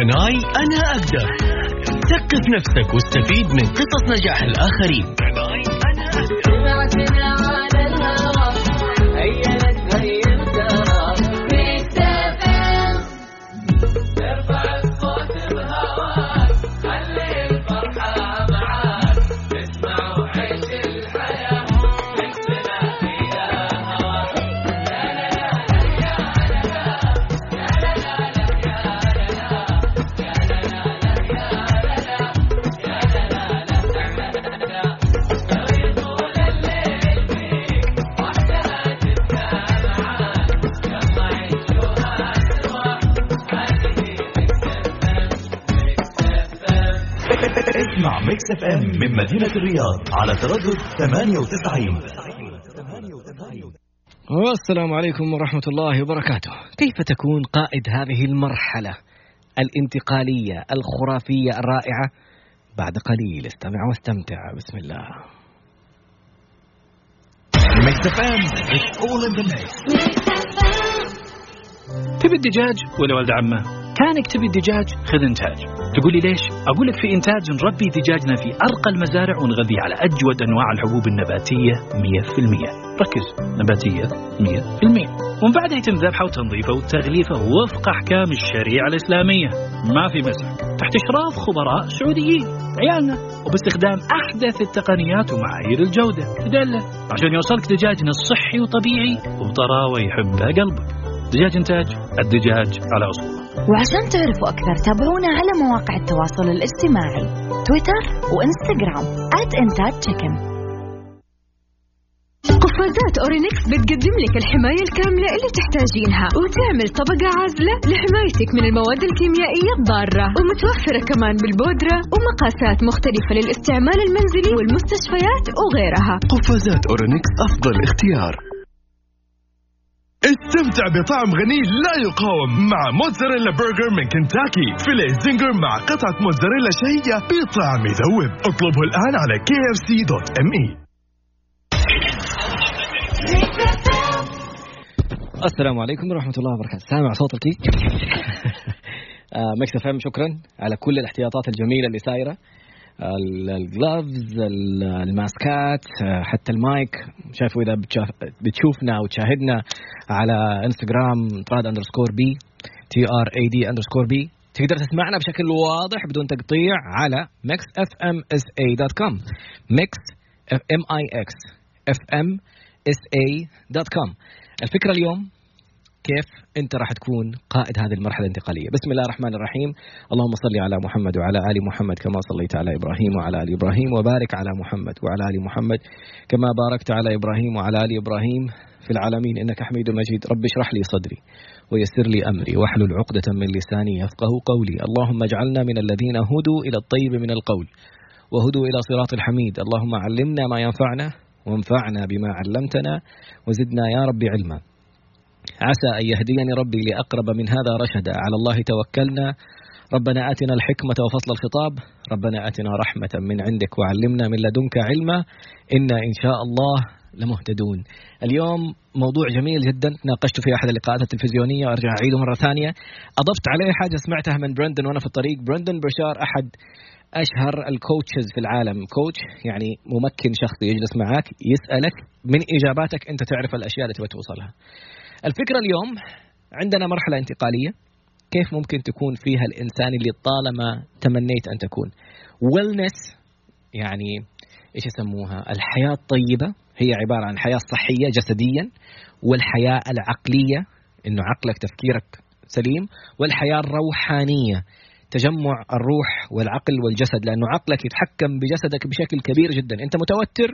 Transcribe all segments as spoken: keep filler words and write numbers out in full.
كناي أنا أقدر. ثقف نفسك واستفيد من قصص نجاح الآخرين. كناي أنا أقدر. اسمع ميكس اف ام من مدينة الرياض على تردد ثمانية وتسعين. والسلام عليكم ورحمة الله وبركاته. كيف تكون قائد هذه المرحلة الانتقالية الخرافية الرائعة؟ بعد قليل استمع واستمتع. بسم الله. ميكس اف ام it's all in the mix. تبي الدجاج ولا ولد عمه؟ كانك تبي الدجاج خذ إنتاج. تقولي ليش؟ أقول لك في إنتاج نربي دجاجنا في أرقى المزارع ونغذي على أجود أنواع الحبوب النباتية مية في المية. ركز، نباتية مية في المية، ومن بعدها يتم ذبحه وتنظيفه وتغليفه وفق أحكام الشريعة الإسلامية، ما في مسح، تحت إشراف خبراء سعوديين عيالنا، وباستخدام أحدث التقنيات ومعايير الجودة تدله عشان يوصلك دجاجنا الصحي وطبيعي وبطراوة يحبها قلبك. دجاج إنتاج، الدجاج على أصوله. وعشان تعرفوا أكثر تابعونا على مواقع التواصل الاجتماعي تويتر وإنستغرام آت إنتاج تشيكن. قفازات أورينكس بتقدم لك الحماية الكاملة اللي تحتاجينها وتعمل طبقة عازلة لحمايتك من المواد الكيميائية الضارة، ومتوفرة كمان بالبودرة ومقاسات مختلفة للاستعمال المنزلي والمستشفيات وغيرها. قفازات أورينكس أفضل اختيار. استمتع بطعم غني لا يقاوم مع موتزاريلا برجر من كنتاكي. فيليه زنجر مع قطعة موتزاريلا شهية بطعم يذوب. اطلبه الآن على كي إف سي دوت إم إي. السلام عليكم ورحمة الله وبركاته. سامع صوت الكيك؟ ميكس اف ام شكرا على كل الاحتياطات الجميلة اللي سايرة، الجلافز، الماسكات، حتى المايك. شايفوا إذا بتشوفنا أو تشاهدنا على انستغرام تراد اندرسكور بي تي ار اي دي اندرسكور بي، تقدر تسمعنا بشكل واضح بدون تقطيع على ميكس اف ام اس اي دوت كوم. ميكس ام اي اكس اف ام اس اي دوت كوم. الفكرة اليوم كيف أنت راح تكون قائد هذه المرحلة الانتقالية. بسم الله الرحمن الرحيم. اللهم صل على محمد وعلى آل محمد كما صليت على إبراهيم وعلى آل إبراهيم، وبارك على محمد وعلى آل محمد كما باركت على إبراهيم وعلى آل إبراهيم في العالمين إنك حميد مجيد. رب اشرح لي صدري ويسر لي أمري واحلل عقدة من لساني يفقه قولي. اللهم اجعلنا من الذين هدوا إلى الطيب من القول وهدوا إلى صراط الحميد. اللهم علمنا ما ينفعنا وانفعنا بما علمتنا وزدنا يا رب علما. عسى أن يهديني ربي لأقرب من هذا رشدا. على الله توكلنا. ربنا آتنا الحكمة وفصل الخطاب. ربنا آتنا رحمة من عندك وعلمنا من لدنك علما إنا إن شاء الله لمهتدون. اليوم موضوع جميل جدا ناقشته في أحد اللقاءات التلفزيونية وأرجع أعيده مرة ثانية. أضفت عليه حاجة سمعتها من برندن وأنا في الطريق. برندن برشار أحد أشهر الكوتشز في العالم. كوتش يعني ممكن شخصي يجلس معك يسألك من إجاباتك أنت تعرف الأشياء اللي تبغى توصلها. الفكرة اليوم عندنا مرحلة انتقالية كيف ممكن تكون فيها الإنسان اللي طالما تمنيت أن تكون. wellness يعني إيش يسموها؟ الحياة الطيبة هي عبارة عن حياة صحية جسديا، والحياة العقلية إنه عقلك تفكيرك سليم، والحياة الروحانية تجمع الروح والعقل والجسد، لأنه عقلك يتحكم بجسدك بشكل كبير جدا. أنت متوتر،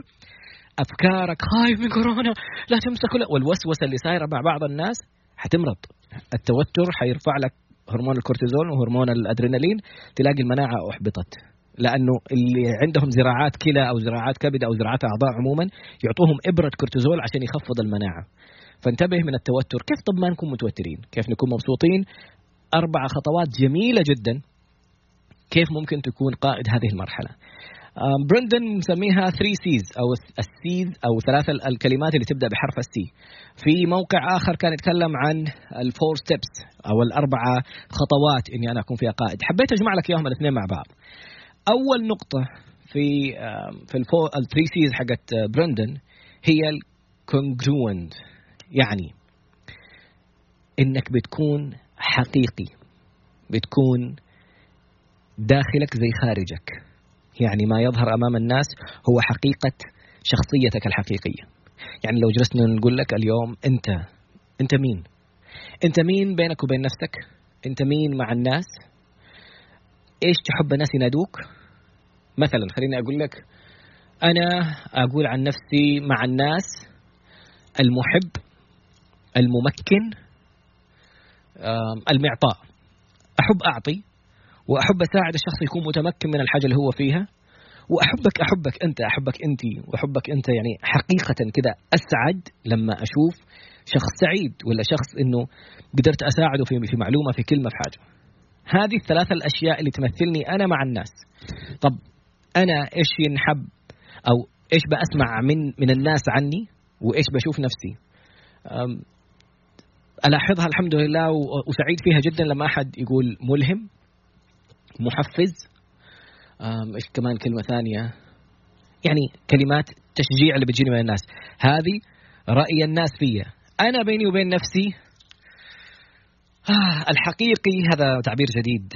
أفكارك خايف من كورونا، لا تمسك، والوسوسة اللي صايرة مع بعض الناس حتمرض. التوتر حيرفع لك هرمون الكورتيزول وهرمون الأدرينالين، تلاقي المناعة أحبطت، لأنه اللي عندهم زراعات كلى أو زراعات كبد أو زراعات أعضاء عموما يعطوهم إبرة كورتيزول عشان يخفض المناعة. فانتبه من التوتر. كيف طب ما نكون متوترين؟ كيف نكون مبسوطين؟ أربع خطوات جميلة جدا كيف ممكن تكون قائد هذه المرحلة. برندن مسميها ثري سيز أو السيز أو ثلاث الكلمات اللي تبدأ بحرف السي. في موقع آخر كان يتكلم عن الفور ستيبس أو الأربعة خطوات إني أنا أكون فيها قائد. حبيت أجمع لك إياهم الاثنين مع بعض. أول نقطة في في الفور الثري سيز حقت برندن هي الكونجروينت، يعني إنك بتكون حقيقي، بتكون داخلك زي خارجك، يعني ما يظهر أمام الناس هو حقيقة شخصيتك الحقيقية. يعني لو جلسنا نقول لك اليوم أنت أنت مين؟ أنت مين بينك وبين نفسك؟ أنت مين مع الناس؟ إيش تحب الناس ينادوك؟ مثلا خليني أقول لك أنا أقول عن نفسي مع الناس المحب، الممكن، المعطاء. أحب أعطي وأحب أساعد الشخص يكون متمكن من الحاجة اللي هو فيها، وأحبك أحبك أنت أحبك أنتي وأحبك أنت. يعني حقيقة كده أسعد لما أشوف شخص سعيد ولا شخص إنه قدرت أساعده في في معلومة في كلمة في حاجة. هذه الثلاثة الأشياء اللي تمثلني أنا مع الناس. طب أنا إيش ينحب أو إيش بأسمع من من الناس عني وإيش بشوف نفسي؟ ألاحظها الحمد لله وسعيد فيها جدا لما أحد يقول ملهم، محفز، إيش كمان كلمة ثانية، يعني كلمات تشجيع اللي بتجيني من الناس. هذه رأي الناس فيها. أنا بيني وبين نفسي آه الحقيقي، هذا تعبير جديد.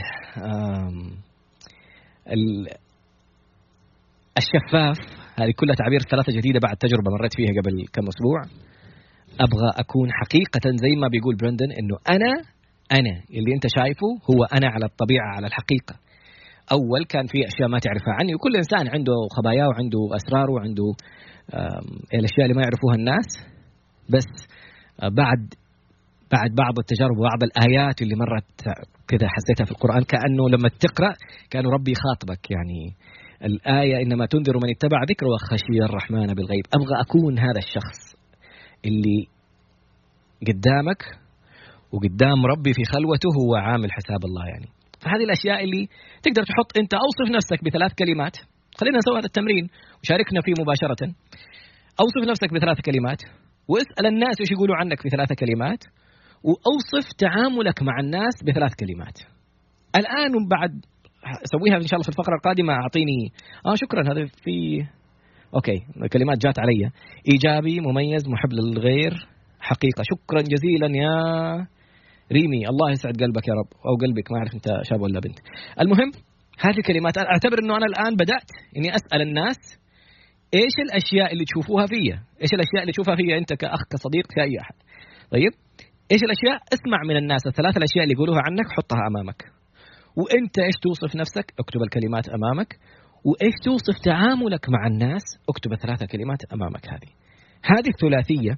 الشفاف، هذه كلها تعبير ثلاثة جديدة بعد تجربة مريت فيها قبل كم أسبوع. أبغى أكون حقيقة زي ما بيقول برندن إنه أنا أنا اللي أنت شايفه هو أنا على الطبيعة على الحقيقة. أول كان في أشياء ما تعرفها عني، وكل إنسان عنده خباياه وعنده أسراره وعنده الأشياء اللي ما يعرفوها الناس. بس بعد بعد بعض التجارب وبعض الآيات اللي مرت كذا حسيتها في القرآن كأنه لما تقرأ كأنه ربي خاطبك. يعني الآية إنما تنذر من اتبع ذكر وخشي الرحمن بالغيب. أبغى أكون هذا الشخص اللي قدامك وقدام ربي في خلوته هو عامل حساب الله. يعني فهذه الأشياء اللي تقدر تحط أنت أوصف نفسك بثلاث كلمات. خلينا نسوي هذا التمرين وشاركنا فيه مباشرة. أوصف نفسك بثلاث كلمات واسأل الناس إيش يقولوا عنك في ثلاث كلمات، وأوصف تعاملك مع الناس بثلاث كلمات. الآن وبعد أسويها إن شاء الله في الفقرة القادمة. أعطيني آه شكرا هذا في أوكي الكلمات جات علي. إيجابي، مميز، محب للغير، حقيقة. شكرا جزيلا يا ريمي، الله يسعد قلبك يا رب، أو قلبك، ما أعرف أنت شاب ولا بنت. المهم هذه الكلمات أعتبر أنه أنا الآن بدأت إني أسأل الناس إيش الأشياء اللي تشوفوها فيا، إيش الأشياء اللي تشوفها فيا أنت كأخ كصديق كأي أحد. طيب إيش الأشياء؟ اسمع من الناس الثلاث الأشياء اللي يقولوها عنك حطها أمامك. وأنت إيش توصف نفسك؟ اكتب الكلمات أمامك. وإيش توصف تعاملك مع الناس؟ اكتب ثلاثة كلمات أمامك. هذه هذه الثلاثية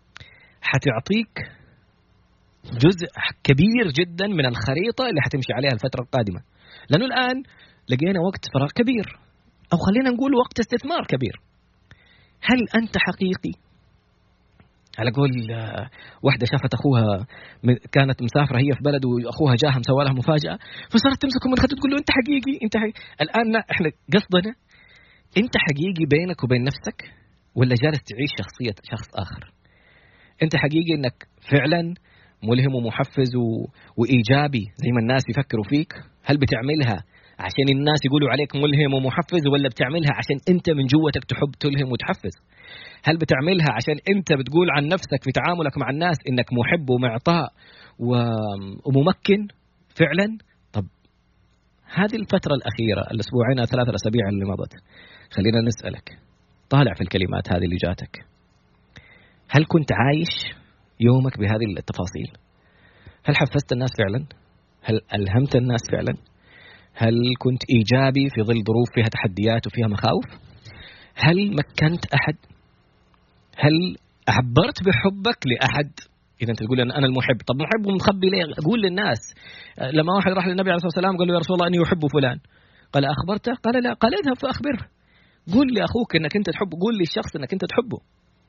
حتعطيك جزء كبير جدا من الخريطة اللي حتمشي عليها الفترة القادمة. لأنه الآن لقينا وقت فراغ كبير، أو خلينا نقول وقت استثمار كبير. هل أنت حقيقي؟ على قول واحدة شافت أخوها كانت مسافرة هي في بلد وأخوها جاها مسوى لها مفاجأة، فصارت تمسكه من خده تقول له أنت حقيقي أنت حقيقي. الآن إحنا قصدنا أنت حقيقي بينك وبين نفسك ولا جالس تعيش شخصية شخص آخر؟ أنت حقيقي إنك فعلا ملهم ومحفز و... وإيجابي زي ما الناس يفكروا فيك؟ هل بتعملها عشان الناس يقولوا عليك ملهم ومحفز، ولا بتعملها عشان أنت من جوتك تحب تلهم وتحفز؟ هل بتعملها عشان أنت بتقول عن نفسك في تعاملك مع الناس إنك محب ومعطاء و... وممكن فعلا؟ طب هذه الفترة الأخيرة الأسبوعين ثلاثة الأسابيع اللي مضت خلينا نسألك، طالع في الكلمات هذه اللي جاتك، هل كنت عايش يومك بهذه التفاصيل؟ هل حفزت الناس فعلا؟ هل ألهمت الناس فعلا؟ هل كنت إيجابي في ظل ظروف فيها تحديات وفيها مخاوف؟ هل مكنت أحد؟ هل عبرت بحبك لأحد؟ إذا أنت تقول أنا المحب، طب محب ومخبي ليه؟ أقول للناس. لما واحد راح للنبي عليه الصلاة والسلام قال له يا رسول الله أني أحب فلان، قال أخبرته؟ قال لا. قال اذهب فأخبره. قول لأخوك أنك أنت تحبه، قول للشخص أنك أنت تحبه.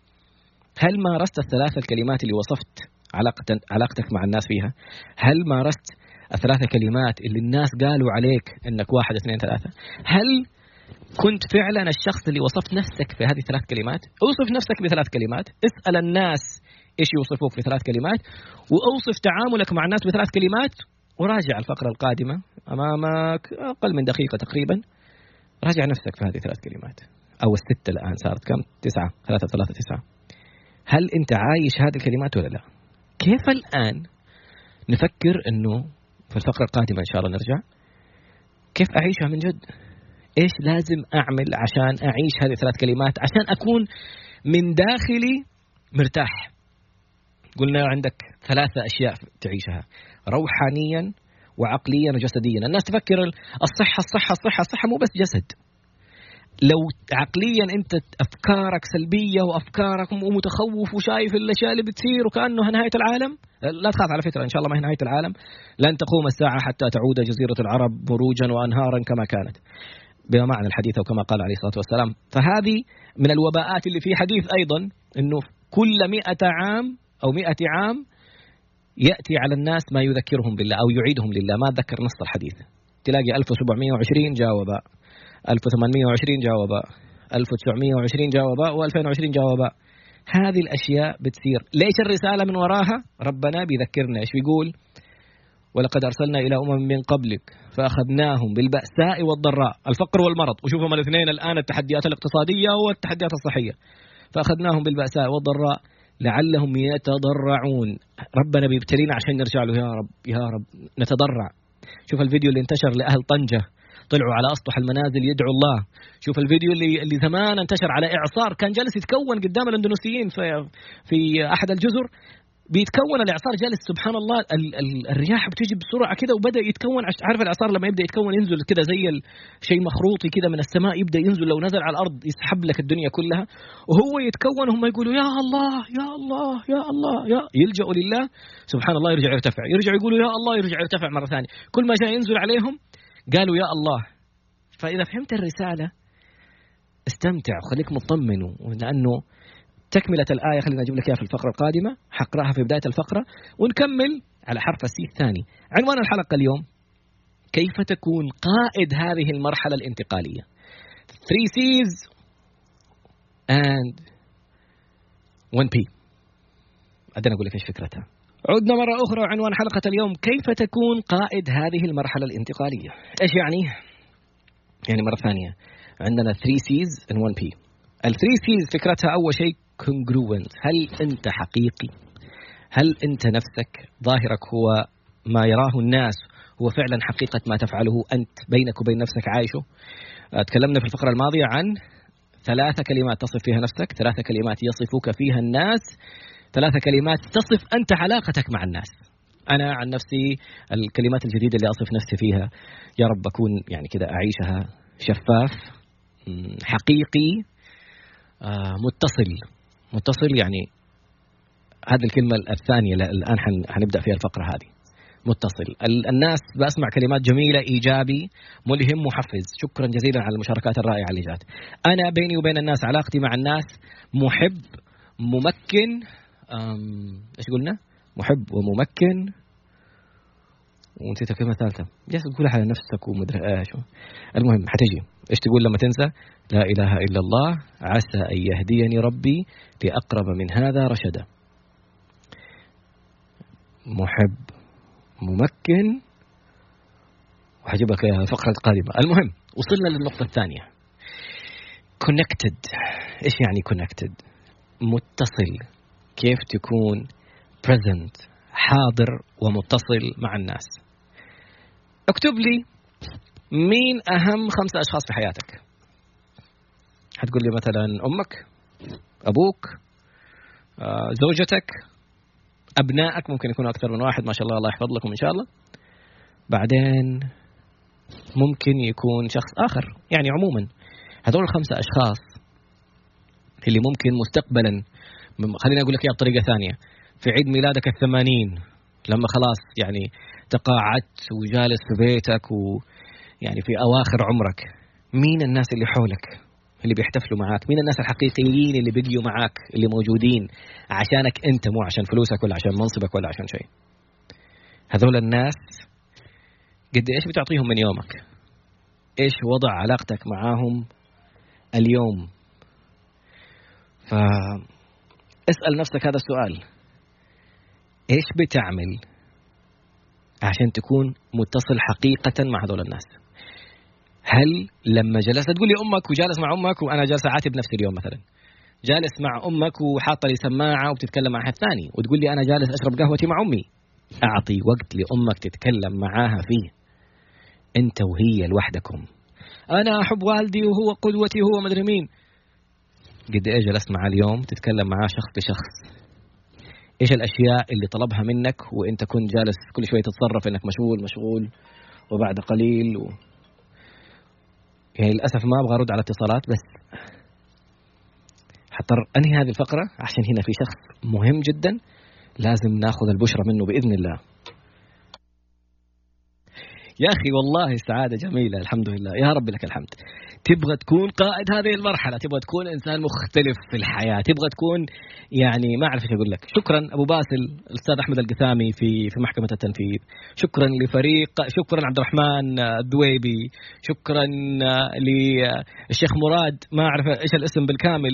هل مارست الثلاثة الكلمات اللي وصفت علاقتك مع الناس فيها؟ هل مارست الثلاثة كلمات اللي الناس قالوا عليك أنك واحد اثنين ثلاثة؟ هل كنت فعلا الشخص اللي وصفت نفسك في هذه ثلاث كلمات؟ اوصف نفسك بثلاث كلمات، اسأل الناس إيش يوصفوك في ثلاث كلمات، وأوصف تعاملك مع الناس بثلاث كلمات، وراجع الفقرة القادمة أمامك أقل من دقيقة تقريبا، راجع نفسك في هذه ثلاث كلمات أو الستة الآن صارت كم؟ تسعة، ثلاثة ثلاثة تسعة. هل أنت عايش هذه الكلمات ولا لا؟ كيف الآن نفكر إنه في الفقرة القادمة إن شاء الله نرجع كيف أعيشها من جد؟ إيش لازم أعمل عشان أعيش هذه ثلاث كلمات عشان أكون من داخلي مرتاح؟ قلنا عندك ثلاثة أشياء تعيشها، روحانيا وعقليا وجسديا. الناس تفكر الصحة الصحة الصحة الصحة مو بس جسد. لو عقليا أنت أفكارك سلبية وأفكارك ومتخوف وشايف الأشياء اللي بتصير وكأنه نهاية العالم، لا تخاف على فكرة، إن شاء الله ما هي نهاية العالم، لن تقوم الساعة حتى تعود جزيرة العرب بروجا وأنهارا كما كانت بما معنى الحديث وكما قال عليه الصلاة والسلام. فهذه من الوباءات اللي في حديث أيضا أنه كل مئة عام أو مئة عام يأتي على الناس ما يذكرهم بالله أو يعيدهم لله. ما ذكر نص الحديث، تلاقي ألف وسبعمائة وعشرين جاوبا، ألف وثمانمائة وعشرين جاوبا، ألف وتسعمائة وعشرين جاوبا، وألفين وعشرين جاوبا. هذه الأشياء بتصير. ليش الرسالة من وراها؟ ربنا بيذكرنا. إيش بيقول؟ ولقد أرسلنا إلى أمم من قبلك فأخذناهم بالبأساء والضراء، الفقر والمرض، وشوفهم الاثنين الآن، التحديات الاقتصادية والتحديات الصحية. فأخذناهم بالبأساء والضراء لعلهم يتضرعون. ربنا بيبتلينا عشان نرجع له، يا رب يا رب نتضرع. شوف الفيديو اللي انتشر لأهل طنجة، طلعوا على أسطح المنازل يدعوا الله. شوف الفيديو اللي اللي زمان انتشر على إعصار كان جالس يتكون قدام الأندونيسيين في في أحد الجزر، بيتكون الإعصار جالس، سبحان الله ال ال الرياح بتيجي بسرعة كده وبدأ يتكون. عارف الإعصار لما يبدأ يتكون ينزل كده زي شيء مخروطي كده من السماء، يبدأ ينزل، لو نزل على الأرض يسحب لك الدنيا كلها، وهو يتكون هم يقولوا يا الله يا الله يا الله يا يلجأوا لله، سبحان الله يرجع يرتفع، يرجع يقولوا يا الله يرجع يرتفع مرة ثانية. كل ما جاء ينزل عليهم قالوا يا الله. فإذا فهمت الرسالة استمتع وخليك مطمن، لأنه تكملة الآية خلينا نجيب لك إياها في الفقرة القادمة، حقرأها في بداية الفقرة ونكمل على حرف السي الثاني. عنوان الحلقة اليوم كيف تكون قائد هذه المرحلة الانتقالية. three C's and one P. أدنى أقول لك إيش فكرتها. عدنا مرة أخرى، عنوان حلقة اليوم كيف تكون قائد هذه المرحلة الانتقالية. إيش يعني؟ يعني مرة ثانية عندنا three C's and one P. ال three C's فكرتها أول شيء congruent. هل أنت حقيقي؟ هل أنت نفسك؟ ظاهرك هو ما يراه الناس هو فعلا حقيقة ما تفعله أنت بينك وبين نفسك عايشه. تكلمنا في الفقرة الماضية عن ثلاثة كلمات تصف فيها نفسك، ثلاثة كلمات يصفك فيها الناس، ثلاثة كلمات تصف أنت علاقتك مع الناس. أنا عن نفسي الكلمات الجديدة اللي أصف نفسي فيها يا رب أكون يعني كده أعيشها شفاف، حقيقي، آه متصل. متصل يعني هذه الكلمة الثانية الآن حنبدأ فيها الفقرة هذه. متصل. الناس بسمع كلمات جميلة، إيجابي، ملهم، محفز. شكرا جزيلا على المشاركات الرائعة اللي جات. أنا بيني وبين الناس علاقتي مع الناس محب، ممكن، إيش قلنا؟ محب وممكن، ونسيت الكلمة الثالثة، جالس تقولها على نفسك ومدري إيش. المهم حتجي إيش تقول لما تنسى؟ لا إله إلا الله عسى أن يهديني ربي لأقرب من هذا رشدا. محب، ممكن، وحجيبك الفقرة القادمة. المهم وصلنا للنقطة الثانية، connected. إيش يعني connected؟ متصل. كيف تكون present، حاضر ومتصل مع الناس. اكتب لي مين أهم خمسة أشخاص في حياتك. هتقول لي مثلا أمك، أبوك، آه، زوجتك، أبنائك، ممكن يكونوا أكثر من واحد ما شاء الله، الله يحفظ لكم إن شاء الله. بعدين ممكن يكون شخص آخر. يعني عموما هذول الخمسة أشخاص اللي ممكن مستقبلا، خليني أقول لك إياها بطريقة ثانية، في عيد ميلادك الثمانين لما خلاص يعني تقاعدت وجالس في بيتك ويعني في أواخر عمرك، مين الناس اللي حولك اللي بيحتفلوا معاك؟ مين الناس الحقيقيين اللي بيجوا معاك، اللي موجودين عشانك أنت، مو عشان فلوسك ولا عشان منصبك ولا عشان شيء؟ هذول الناس قد إيش بتعطيهم من يومك؟ إيش وضع علاقتك معاهم اليوم. فاسأل نفسك هذا السؤال، إيش بتعمل عشان تكون متصل حقيقة مع هذول الناس؟ هل لما جلست تقول لي أمك وجالس مع أمك وأنا جالس أعاتب نفسي اليوم مثلا، جالس مع أمك وحاطة لي سماعة وبتتكلم مع أحد ثاني وتقول لي أنا جالس أشرب قهوتي مع أمي، أعطي وقت لأمك تتكلم معاها فيه أنت وهي لوحدكم. أنا أحب والدي وهو قدوتي وهو مدري مين. قد إيه جلست معاه اليوم تتكلم معاه شخص بشخص؟ إيش الأشياء اللي طلبها منك وإنت كنت جالس كل شوية تتصرف إنك مشغول مشغول وبعد قليل و... يعني للأسف ما أبغى أرد على اتصالات، بس حتى أنهي هذه الفقرة عشان هنا في شخص مهم جدا لازم ناخذ البشرة منه بإذن الله. يا أخي والله السعادة جميلة الحمد لله، يا رب لك الحمد. تبغى تكون قائد هذه المرحلة، تبغى تكون إنسان مختلف في الحياة، تبغى تكون يعني ما أعرف إيش أقول لك. شكرا أبو باسل الأستاذ أحمد القثامي في في محكمة التنفيذ، شكرا لفريق، شكرا عبد الرحمن الدويبي، شكرا للشيخ مراد ما أعرف إيش الاسم بالكامل،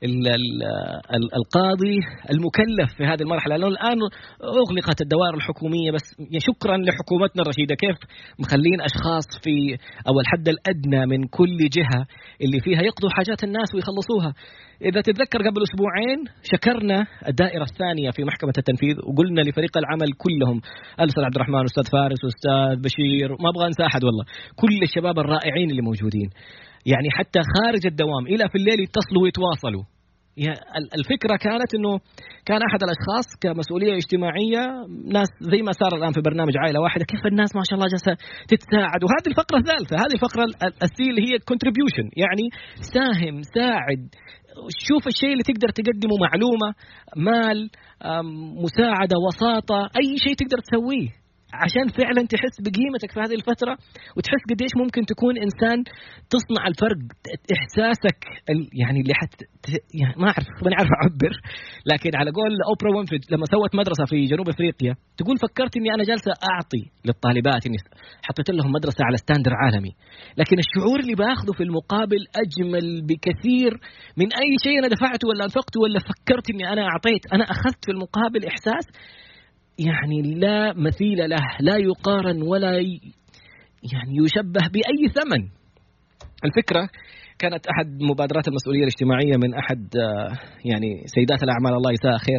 القاضي المكلف في هذه المرحلة لأنه الآن أغلقت الدوائر الحكومية. بس شكرا لحكومتنا الرشيدة كيف مخلين أشخاص في أو الحد الأدنى من كل جهة اللي فيها يقضوا حاجات الناس ويخلصوها. إذا تتذكر قبل أسبوعين شكرنا الدائرة الثانية في محكمة التنفيذ وقلنا لفريق العمل كلهم، الأستاذ عبد الرحمن وأستاذ فارس وأستاذ بشير، ما أبغى أنسى أحد والله، كل الشباب الرائعين اللي موجودين، يعني حتى خارج الدوام إلى في الليل يتصلوا ويتواصلوا. الفكرة كانت إنه كان أحد الأشخاص كمسؤولية اجتماعية، ناس زي ما صار الآن في برنامج عائلة واحدة، كيف الناس ما شاء الله جالسة تتساعد. وهذه الفقرة الثالثة، هذه الفقرة السي اللي هي contribution، يعني ساهم، ساعد، شوف الشيء اللي تقدر تقدمه، معلومة، مال، مساعدة، وساطة، أي شيء تقدر تسويه عشان فعلا تحس بقيمتك في هذه الفترة وتحس قديش ممكن تكون إنسان تصنع الفرق. إحساسك يعني اللي حت يعني ما أعرف ما أعرف أعبر، لكن على قول أوبرا وينفري لما سوت مدرسة في جنوب أفريقيا تقول فكرت إني أنا جالسة أعطي للطالبات، إني حطيت لهم مدرسة على ستاندر عالمي، لكن الشعور اللي باخذه في المقابل أجمل بكثير من أي شيء أنا دفعته ولا أنفقته ولا فكرت إني أنا أعطيت. أنا أخذت في المقابل إحساس يعني لا مثيل له، لا يقارن ولا يعني يشبه بأي ثمن. الفكرة كانت أحد مبادرات المسؤولية الاجتماعية من أحد يعني سيدات الأعمال الله يساء خير،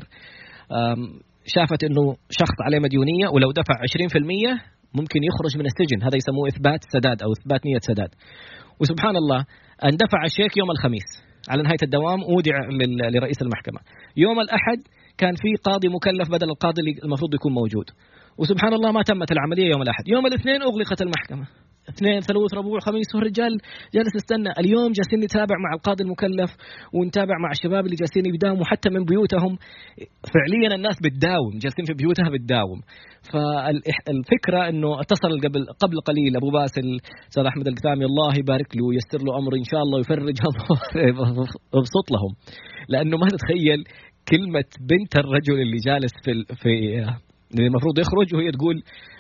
شافت أنه شخص عليه مديونية ولو دفع عشرين بالمئة ممكن يخرج من السجن، هذا يسموه إثبات سداد أو إثبات نية سداد. وسبحان الله اندفع الشيك يوم الخميس، على نهاية الدوام أودع لرئيس المحكمة. يوم الأحد كان في قاضي مكلف بدل القاضي اللي المفروض يكون موجود، وسبحان الله ما تمت العملية يوم الأحد. يوم الاثنين أغلقت المحكمة، اثنين ثلاث ربوع خميس، والرجال جالس يستنى. اليوم جالسين نتابع مع القاضي المكلف ونتابع مع الشباب اللي جالسين يداوموا حتى من بيوتهم، فعليا الناس بتداوم، جالسين في بيوتها بتداوم. فالفكرة إنه اتصل قبل قبل قليل أبو باسل أستاذ أحمد القثامي الله يبارك له ويسر له أمر إن شاء الله ويفرج ويبسط لهم، لأنه ما تتخيل كلمة بنت الرجل اللي جالس في في اللي المفروض يخرج وهي تقول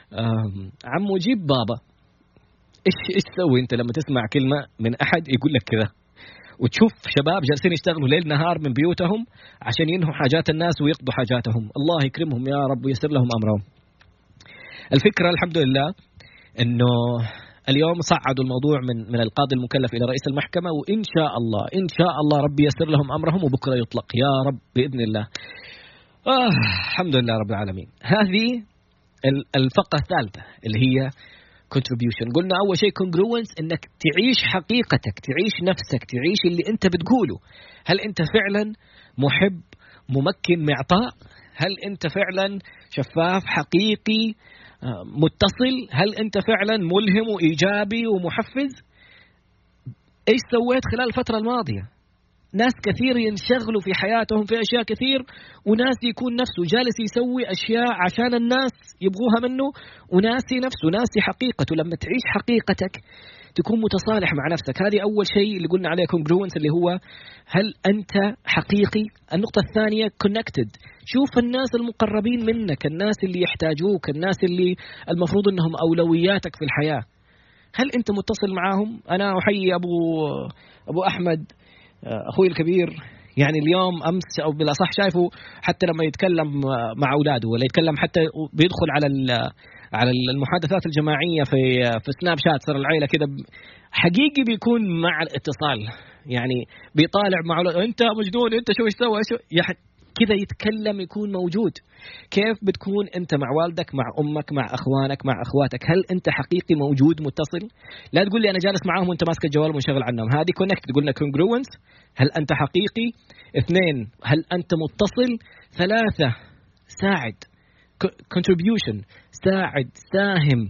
عمو جيب بابا. إيش إيش تسوي أنت لما تسمع كلمة من أحد يقول لك كذا، وتشوف شباب جالسين يشتغلوا ليل نهار من بيوتهم عشان ينهوا حاجات الناس ويقضوا حاجاتهم، الله يكرمهم يا رب ويسر لهم أمرهم. الفكرة الحمد لله إنه اليوم صعدوا الموضوع من من القاضي المكلف إلى رئيس المحكمة، وإن شاء الله إن شاء الله ربي يسر لهم أمرهم وبكرة يطلق يا رب بإذن الله. آه الحمد لله رب العالمين. هذه الفقرة الثالثة اللي هي contribution. قلنا أول شيء congruence، إنك تعيش حقيقتك، تعيش نفسك، تعيش اللي أنت بتقوله. هل أنت فعلا محب ممكن معطاء؟ هل أنت فعلا شفاف حقيقي متصل؟ هل أنت فعلا ملهم وإيجابي ومحفز؟ إيش سويت خلال الفترة الماضية؟ ناس كثير ينشغلوا في حياتهم في أشياء كثير، وناس يكون نفسه جالس يسوي أشياء عشان الناس يبغوها منه وناسي نفسه، ناسي حقيقته. لما تعيش حقيقتك تكون متصالح مع نفسك. هذه أول شيء اللي قلنا عليه congruence، اللي هو هل أنت حقيقي. النقطة الثانية connected، شوف الناس المقربين منك، الناس اللي يحتاجوك، الناس اللي المفروض أنهم أولوياتك في الحياة. هل أنت متصل معاهم؟ أنا أحيي أبو أبو أحمد أخوي الكبير، يعني اليوم أمس أو بالأصح شايفه حتى لما يتكلم مع أولاده ولا يتكلم حتى بيدخل على على المحادثات الجماعية في في سناب شات، صار العائلة كده حقيقي بيكون مع الاتصال، يعني بيطالع مع أولاده أنت مجنون أنت شو إيش سوى إيش كذا، يتكلم يكون موجود. كيف بتكون أنت مع والدك مع أمك مع أخوانك مع أخواتك؟ هل أنت حقيقي موجود متصل؟ لا تقول لي أنا جالس معاهم وأنت ماسك الجوال ومنشغل عنهم، هذه كونكت. قلنا كونجروينس، هل أنت حقيقي؟ اثنين، هل أنت متصل؟ ثلاثة، ساعد، contribution، ساعد، ساهم،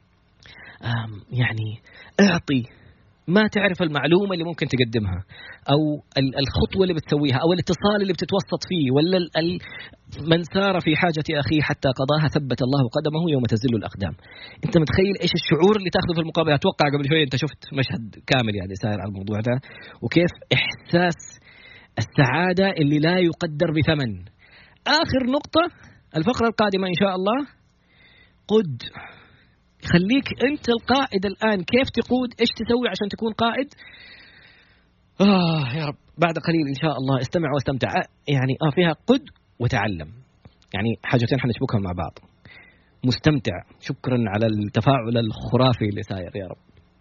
يعني اعطي. ما تعرف المعلومة اللي ممكن تقدمها أو الخطوة اللي بتسويها أو الاتصال اللي بتتوسط فيه، ولا من سار في حاجة أخيه حتى قضاها ثبت الله قدمه يوم تزل الأقدام. أنت متخيل إيش الشعور اللي تأخذه في المقابلة؟ أتوقع قبل شوية أنت شفت مشهد كامل يعني سائر على الموضوع ده، وكيف إحساس السعادة اللي لا يقدر بثمن. آخر نقطة الفقرة القادمة إن شاء الله، قد خليك أنت القائد الآن. كيف تقود؟ إيش تسوي عشان تكون قائد؟ آه يا رب، بعد قليل إن شاء الله استمع واستمتع. يعني آه فيها قد وتعلم، يعني حاجتين حنشبكهم مع بعض. مستمتع، شكرا على التفاعل الخرافي اللي ساير يا رب.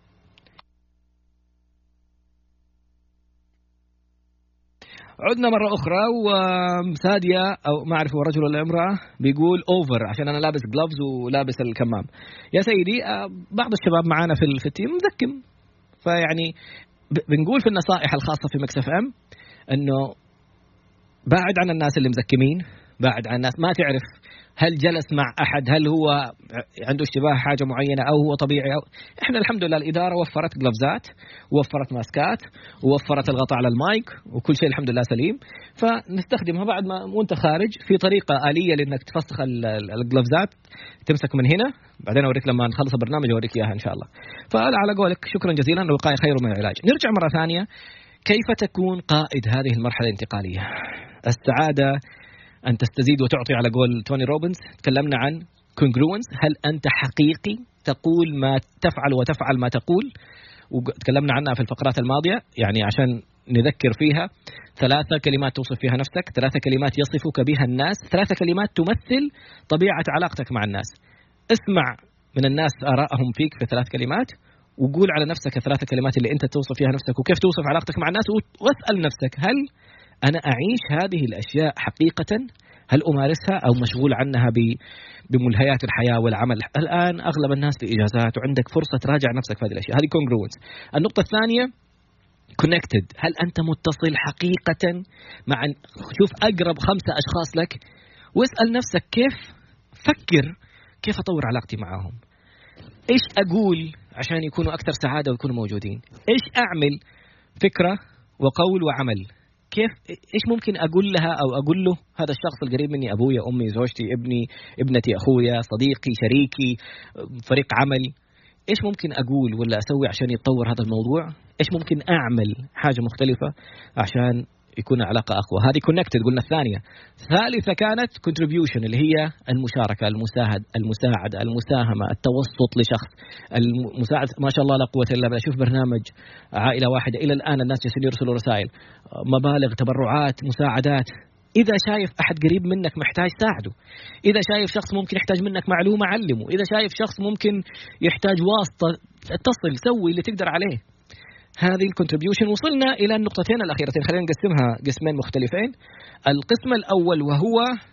عدنا مرة أخرى، وسادية أو ما أعرف هو رجل ولا امرأة بيقول أوفر عشان أنا لابس جلوفز ولابس الكمام. يا سيدي بعض الشباب معانا في في التيم مزكم، فيعني بنقول في النصائح الخاصة في مكس اف ام إنه بعد عن الناس اللي مزكمين، بعد عن الناس ما تعرف هل جلس مع أحد، هل هو عنده اشتباه حاجة معينة أو هو طبيعي أو إحنا الحمد لله الإدارة وفرت جلوفزات ووفرت ماسكات ووفرت الغطاء على المايك وكل شيء الحمد لله سليم، فنستخدمها بعد ما وانت خارج في طريقة آلية لأنك تفسخ الجلوفزات، تمسك من هنا بعدين أوريك لما نخلص البرنامج أوريك إياها إن شاء الله. فعلى قولك شكرا جزيلا، الوقاية خير من العلاج. نرجع مرة ثانية، كيف تكون قائد هذه المرحلة الانتقالية؟ السعادة أن تستزيد وتعطي على قول توني روبنز. تكلمنا عن congruence، هل أنت حقيقي تقول ما تفعل وتفعل ما تقول، وتكلمنا عنها في الفقرات الماضية، يعني عشان نذكر فيها. ثلاثة كلمات توصف فيها نفسك، ثلاثة كلمات يصفك بها الناس، ثلاثة كلمات تمثل طبيعة علاقتك مع الناس. اسمع من الناس آرائهم فيك في ثلاث كلمات، وقول على نفسك الثلاثة كلمات اللي أنت توصف فيها نفسك وكيف توصف علاقتك مع الناس، واسأل نفسك هل أنا أعيش هذه الأشياء حقيقة؟ هل أمارسها أو مشغول عنها بملهيات الحياة والعمل؟ الآن أغلب الناس في إجازات وعندك فرصة تراجع نفسك في هذه الأشياء، هذه congruence. النقطة الثانية connected، هل أنت متصل حقيقة مع، شوف أقرب خمسة أشخاص لك واسأل نفسك كيف، فكر كيف أطور علاقتي معهم، إيش أقول عشان يكونوا أكثر سعادة ويكونوا موجودين، إيش أعمل، فكرة وقول وعمل، كيف إيش ممكن أقول لها أو أقول له هذا الشخص القريب مني، أبويا أمي زوجتي ابني ابنتي أخويا صديقي شريكي فريق عمل، إيش ممكن أقول ولا أسوي عشان يتطور هذا الموضوع، إيش ممكن أعمل حاجة مختلفة عشان يكون علاقة أقوى. هذه connected قلنا الثانية. ثالثة كانت contribution اللي هي المشاركة، المساعد المساعدة المساهمة، التوسط لشخص، المساعد. ما شاء الله لا قوة إلا بالله، أشوف برنامج عائلة واحدة إلى الآن الناس جالسين يرسلوا رسائل، مبالغ، تبرعات، مساعدات. إذا شايف أحد قريب منك محتاج ساعده، إذا شايف شخص ممكن يحتاج منك معلومة علمه، إذا شايف شخص ممكن يحتاج واسطة اتصل، سوي اللي تقدر عليه. هذه الكونتريبيوشن. وصلنا إلى النقطتين الأخيرتين، خلينا نقسمها قسمين مختلفين. القسم الأول وهو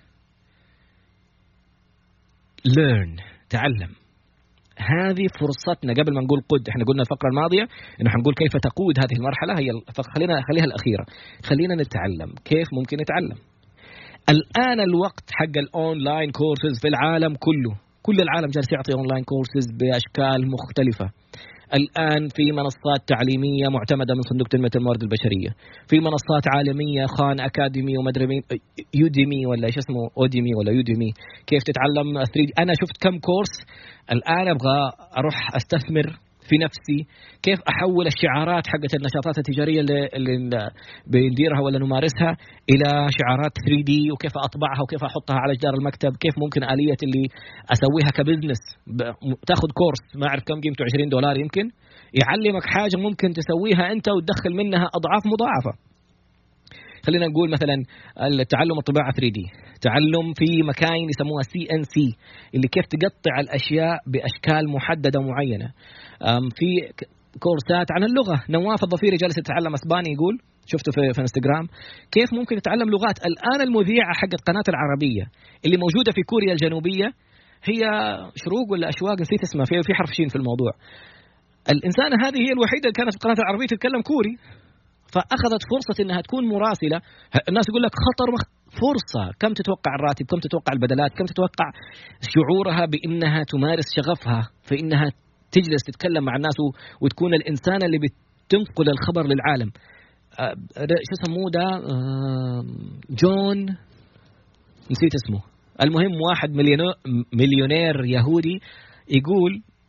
learn، تعلم. هذه فرصتنا قبل ما نقول قد، احنا قلنا الفقرة الماضية انه حنقول كيف تقود هذه المرحلة، هي خلينا خليها الأخيرة، خلينا نتعلم كيف ممكن نتعلم. الآن الوقت حق الأونلاين كورسز في العالم كله، كل العالم جالس يعطي أونلاين كورسز بأشكال مختلفة. الآن في منصات تعليمية معتمدة من صندوق تنمية الموارد البشرية، في منصات عالمية، خان أكاديمي ومدري مين، يوديمي ولا إيش اسمه، أوديمي ولا يوديمي، كيف تتعلم ثري دي. أنا شفت كم كورس. الآن أبغى أروح أستثمر في نفسي، كيف أحول الشعارات حقت النشاطات التجارية اللي بنديرها ولا نمارسها إلى شعارات ثري دي، وكيف أطبعها وكيف أحطها على جدار المكتب، كيف ممكن آلية اللي أسويها كبزنس. تاخد كورس ما أعرف كم قيمته عشرين دولار يمكن، يعلمك حاجة ممكن تسويها أنت وتدخل منها أضعاف مضاعفة. خلينا نقول مثلا التعلم الطباعة ثري دي، تعلم في مكاين يسموها سي إن سي اللي كيف تقطع الأشياء بأشكال محددة معينة. في كورسات عن اللغة، نواف الضفيري جالس يتعلم أسباني، يقول شفته في, في انستغرام كيف ممكن يتعلم لغات. الآن المذيعة حقت قناة العربية اللي موجودة في كوريا الجنوبية هي شروق ولا أشواق نسيت اسمها، في, في حرف شين في الموضوع. الإنسانة هذه هي الوحيدة اللي كانت في قناة العربية تتكلم كوري، فأخذت فرصة إنها تكون مراسلة. الناس يقول لك خطر مخ... فرصة، كم تتوقع الراتب، كم تتوقع البدلات، كم تتوقع شعورها بإنها تمارس شغفها في إنها تجلس تتكلم مع الناس وتكون الإنسان اللي بتنقل الخبر للعالم. أه... شو سموه ده؟ أه... جون نسيت اسمه، المهم واحد مليونير, مليونير يهودي يقول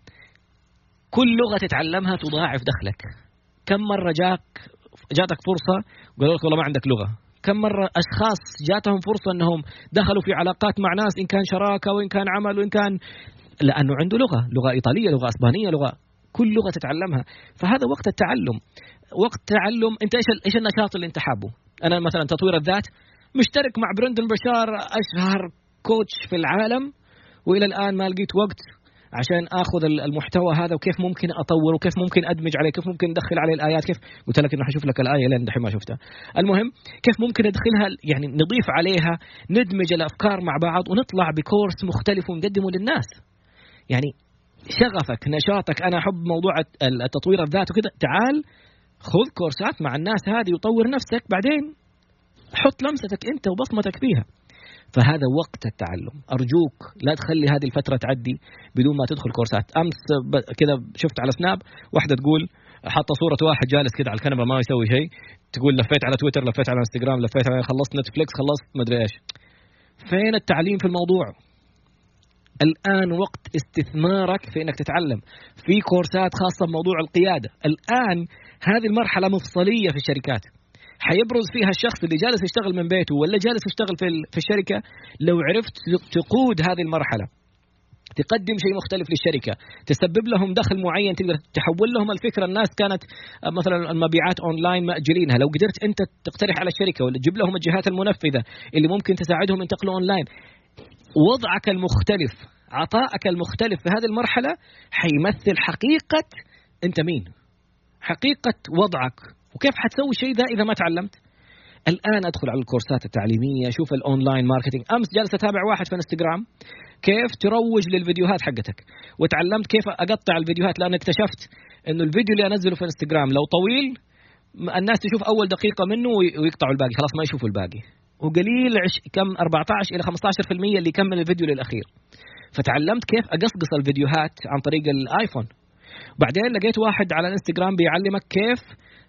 كل لغة تتعلمها تضاعف دخلك. كم مرة جاك جاتك فرصة قالوا لك والله ما عندك لغة؟ كم مرة أشخاص جاتهم فرصة أنهم دخلوا في علاقات مع ناس إن كان شراكة وإن كان عمل وإن كان لأنه عنده لغة، لغة إيطالية، لغة إسبانية، لغة، كل لغة تتعلمها. فهذا وقت التعلم، وقت تعلم. أنت إيش إيش النشاط اللي أنت حابه؟ أنا مثلا تطوير الذات، مشترك مع برندن بشار أشهر كوتش في العالم، وإلى الآن ما لقيت وقت عشان أخذ المحتوى هذا وكيف ممكن أطور وكيف ممكن أدمج عليه، كيف ممكن أدخل عليه الآيات، كيف قلت لك إنه حشوف لك الآية لين دحين ما شفتها. المهم كيف ممكن أدخلها، يعني نضيف عليها، ندمج الأفكار مع بعض ونطلع بكورس مختلف ونقدمه للناس. يعني شغفك، نشاطك، أنا أحب موضوع التطوير الذات وكذا، تعال خذ كورسات مع الناس هذه وطور نفسك، بعدين حط لمستك أنت وبصمتك فيها. فهذا وقت التعلم. أرجوك لا تخلي هذه الفترة تعدي بدون ما تدخل كورسات. أمس كذا شفت على سناب واحدة تقول، حاطة صورة واحد جالس كذا على الكنبة ما يسوي شيء، تقول لفيت على تويتر، لفيت على انستغرام، لفيت على خلصت نتفليكس، خلصت مدري إيش. فين التعليم في الموضوع؟ الآن وقت استثمارك في إنك تتعلم. في كورسات خاصة بموضوع القيادة. الآن هذه المرحلة مفصلية في الشركات، حيبرز فيها الشخص اللي جالس يشتغل من بيته ولا جالس يشتغل في في الشركة. لو عرفت تقود هذه المرحلة، تقدم شيء مختلف للشركة، تسبب لهم دخل معين، تقدر تحول لهم الفكرة. الناس كانت مثلا المبيعات أونلاين مأجلينها، لو قدرت أنت تقترح على الشركة ولا تجيب لهم الجهات المنفذة اللي ممكن تساعدهم ينتقلوا أونلاين، وضعك المختلف، عطائك المختلف في هذه المرحلة حيمثل حقيقة أنت مين، حقيقة وضعك، وكيف حتسوي شيء ذا إذا ما تعلمت. الآن أدخل على الكورسات التعليمية، أشوف الأونلاين ماركتينج. أمس جالس أتابع واحد في انستغرام كيف تروج للفيديوهات حقتك، وتعلمت كيف أقطع الفيديوهات، لأن اكتشفت إنه الفيديو اللي أنزله في انستغرام لو طويل الناس تشوف أول دقيقة منه ويقطعوا الباقي، خلاص ما يشوفوا الباقي، وقليل عش كم أربعة عشر إلى خمسة عشر بالمئة اللي يكمل الفيديو للأخير. فتعلمت كيف أقصقص الفيديوهات عن طريق الآيفون. بعدين لقيت واحد على الانستغرام بيعلمك كيف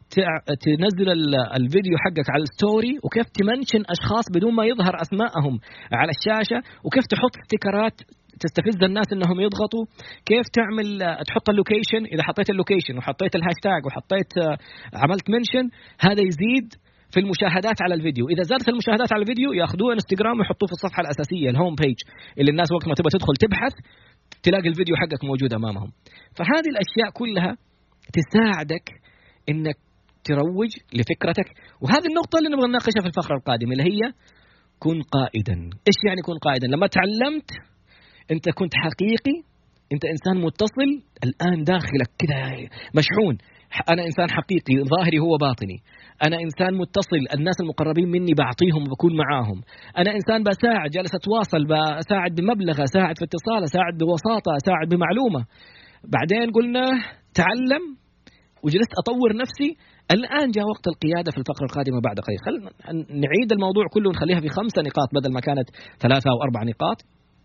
تنزل الفيديو حقك على الستوري، وكيف تمنشن أشخاص بدون ما يظهر أسماءهم على الشاشة، وكيف تحط ستيكرات تستفز الناس إنهم يضغطوا، كيف تعمل تحط اللوكيشن، إذا حطيت اللوكيشن وحطيت الهاشتاج وحطيت عملت منشن هذا يزيد في المشاهدات على الفيديو. إذا زادت المشاهدات على الفيديو يأخذوه انستغرام ويحطوه في الصفحة الأساسية الهوم بيج اللي الناس وقت ما تبغى تدخل تبحث تلاقي الفيديو حقك موجود أمامهم. فهذه الأشياء كلها تساعدك إنك تروج لفكرتك. وهذه النقطة اللي نبغى نناقشها في الفقرة القادمة اللي هي كن قائدا. إيش يعني كن قائدا؟ لما تعلمت أنت كنت حقيقي، أنت إنسان متصل، الآن داخلك كذا مشحون، أنا إنسان حقيقي، ظاهري هو باطني، أنا إنسان متصل، الناس المقربين مني بعطيهم وبكون معاهم، أنا إنسان بساعد، جالس أتواصل، بساعد بمبلغ، أساعد في اتصال، أساعد بوساطة، أساعد بمعلومة. بعدين قلنا تعلم وجلست أطور نفسي. الآن جاء وقت القيادة في الفقرة القادمة بعد قليل. خلنا نعيد الموضوع كله ونخليها في خمسة نقاط بدل ما كانت ثلاثة أو أربع نقاط.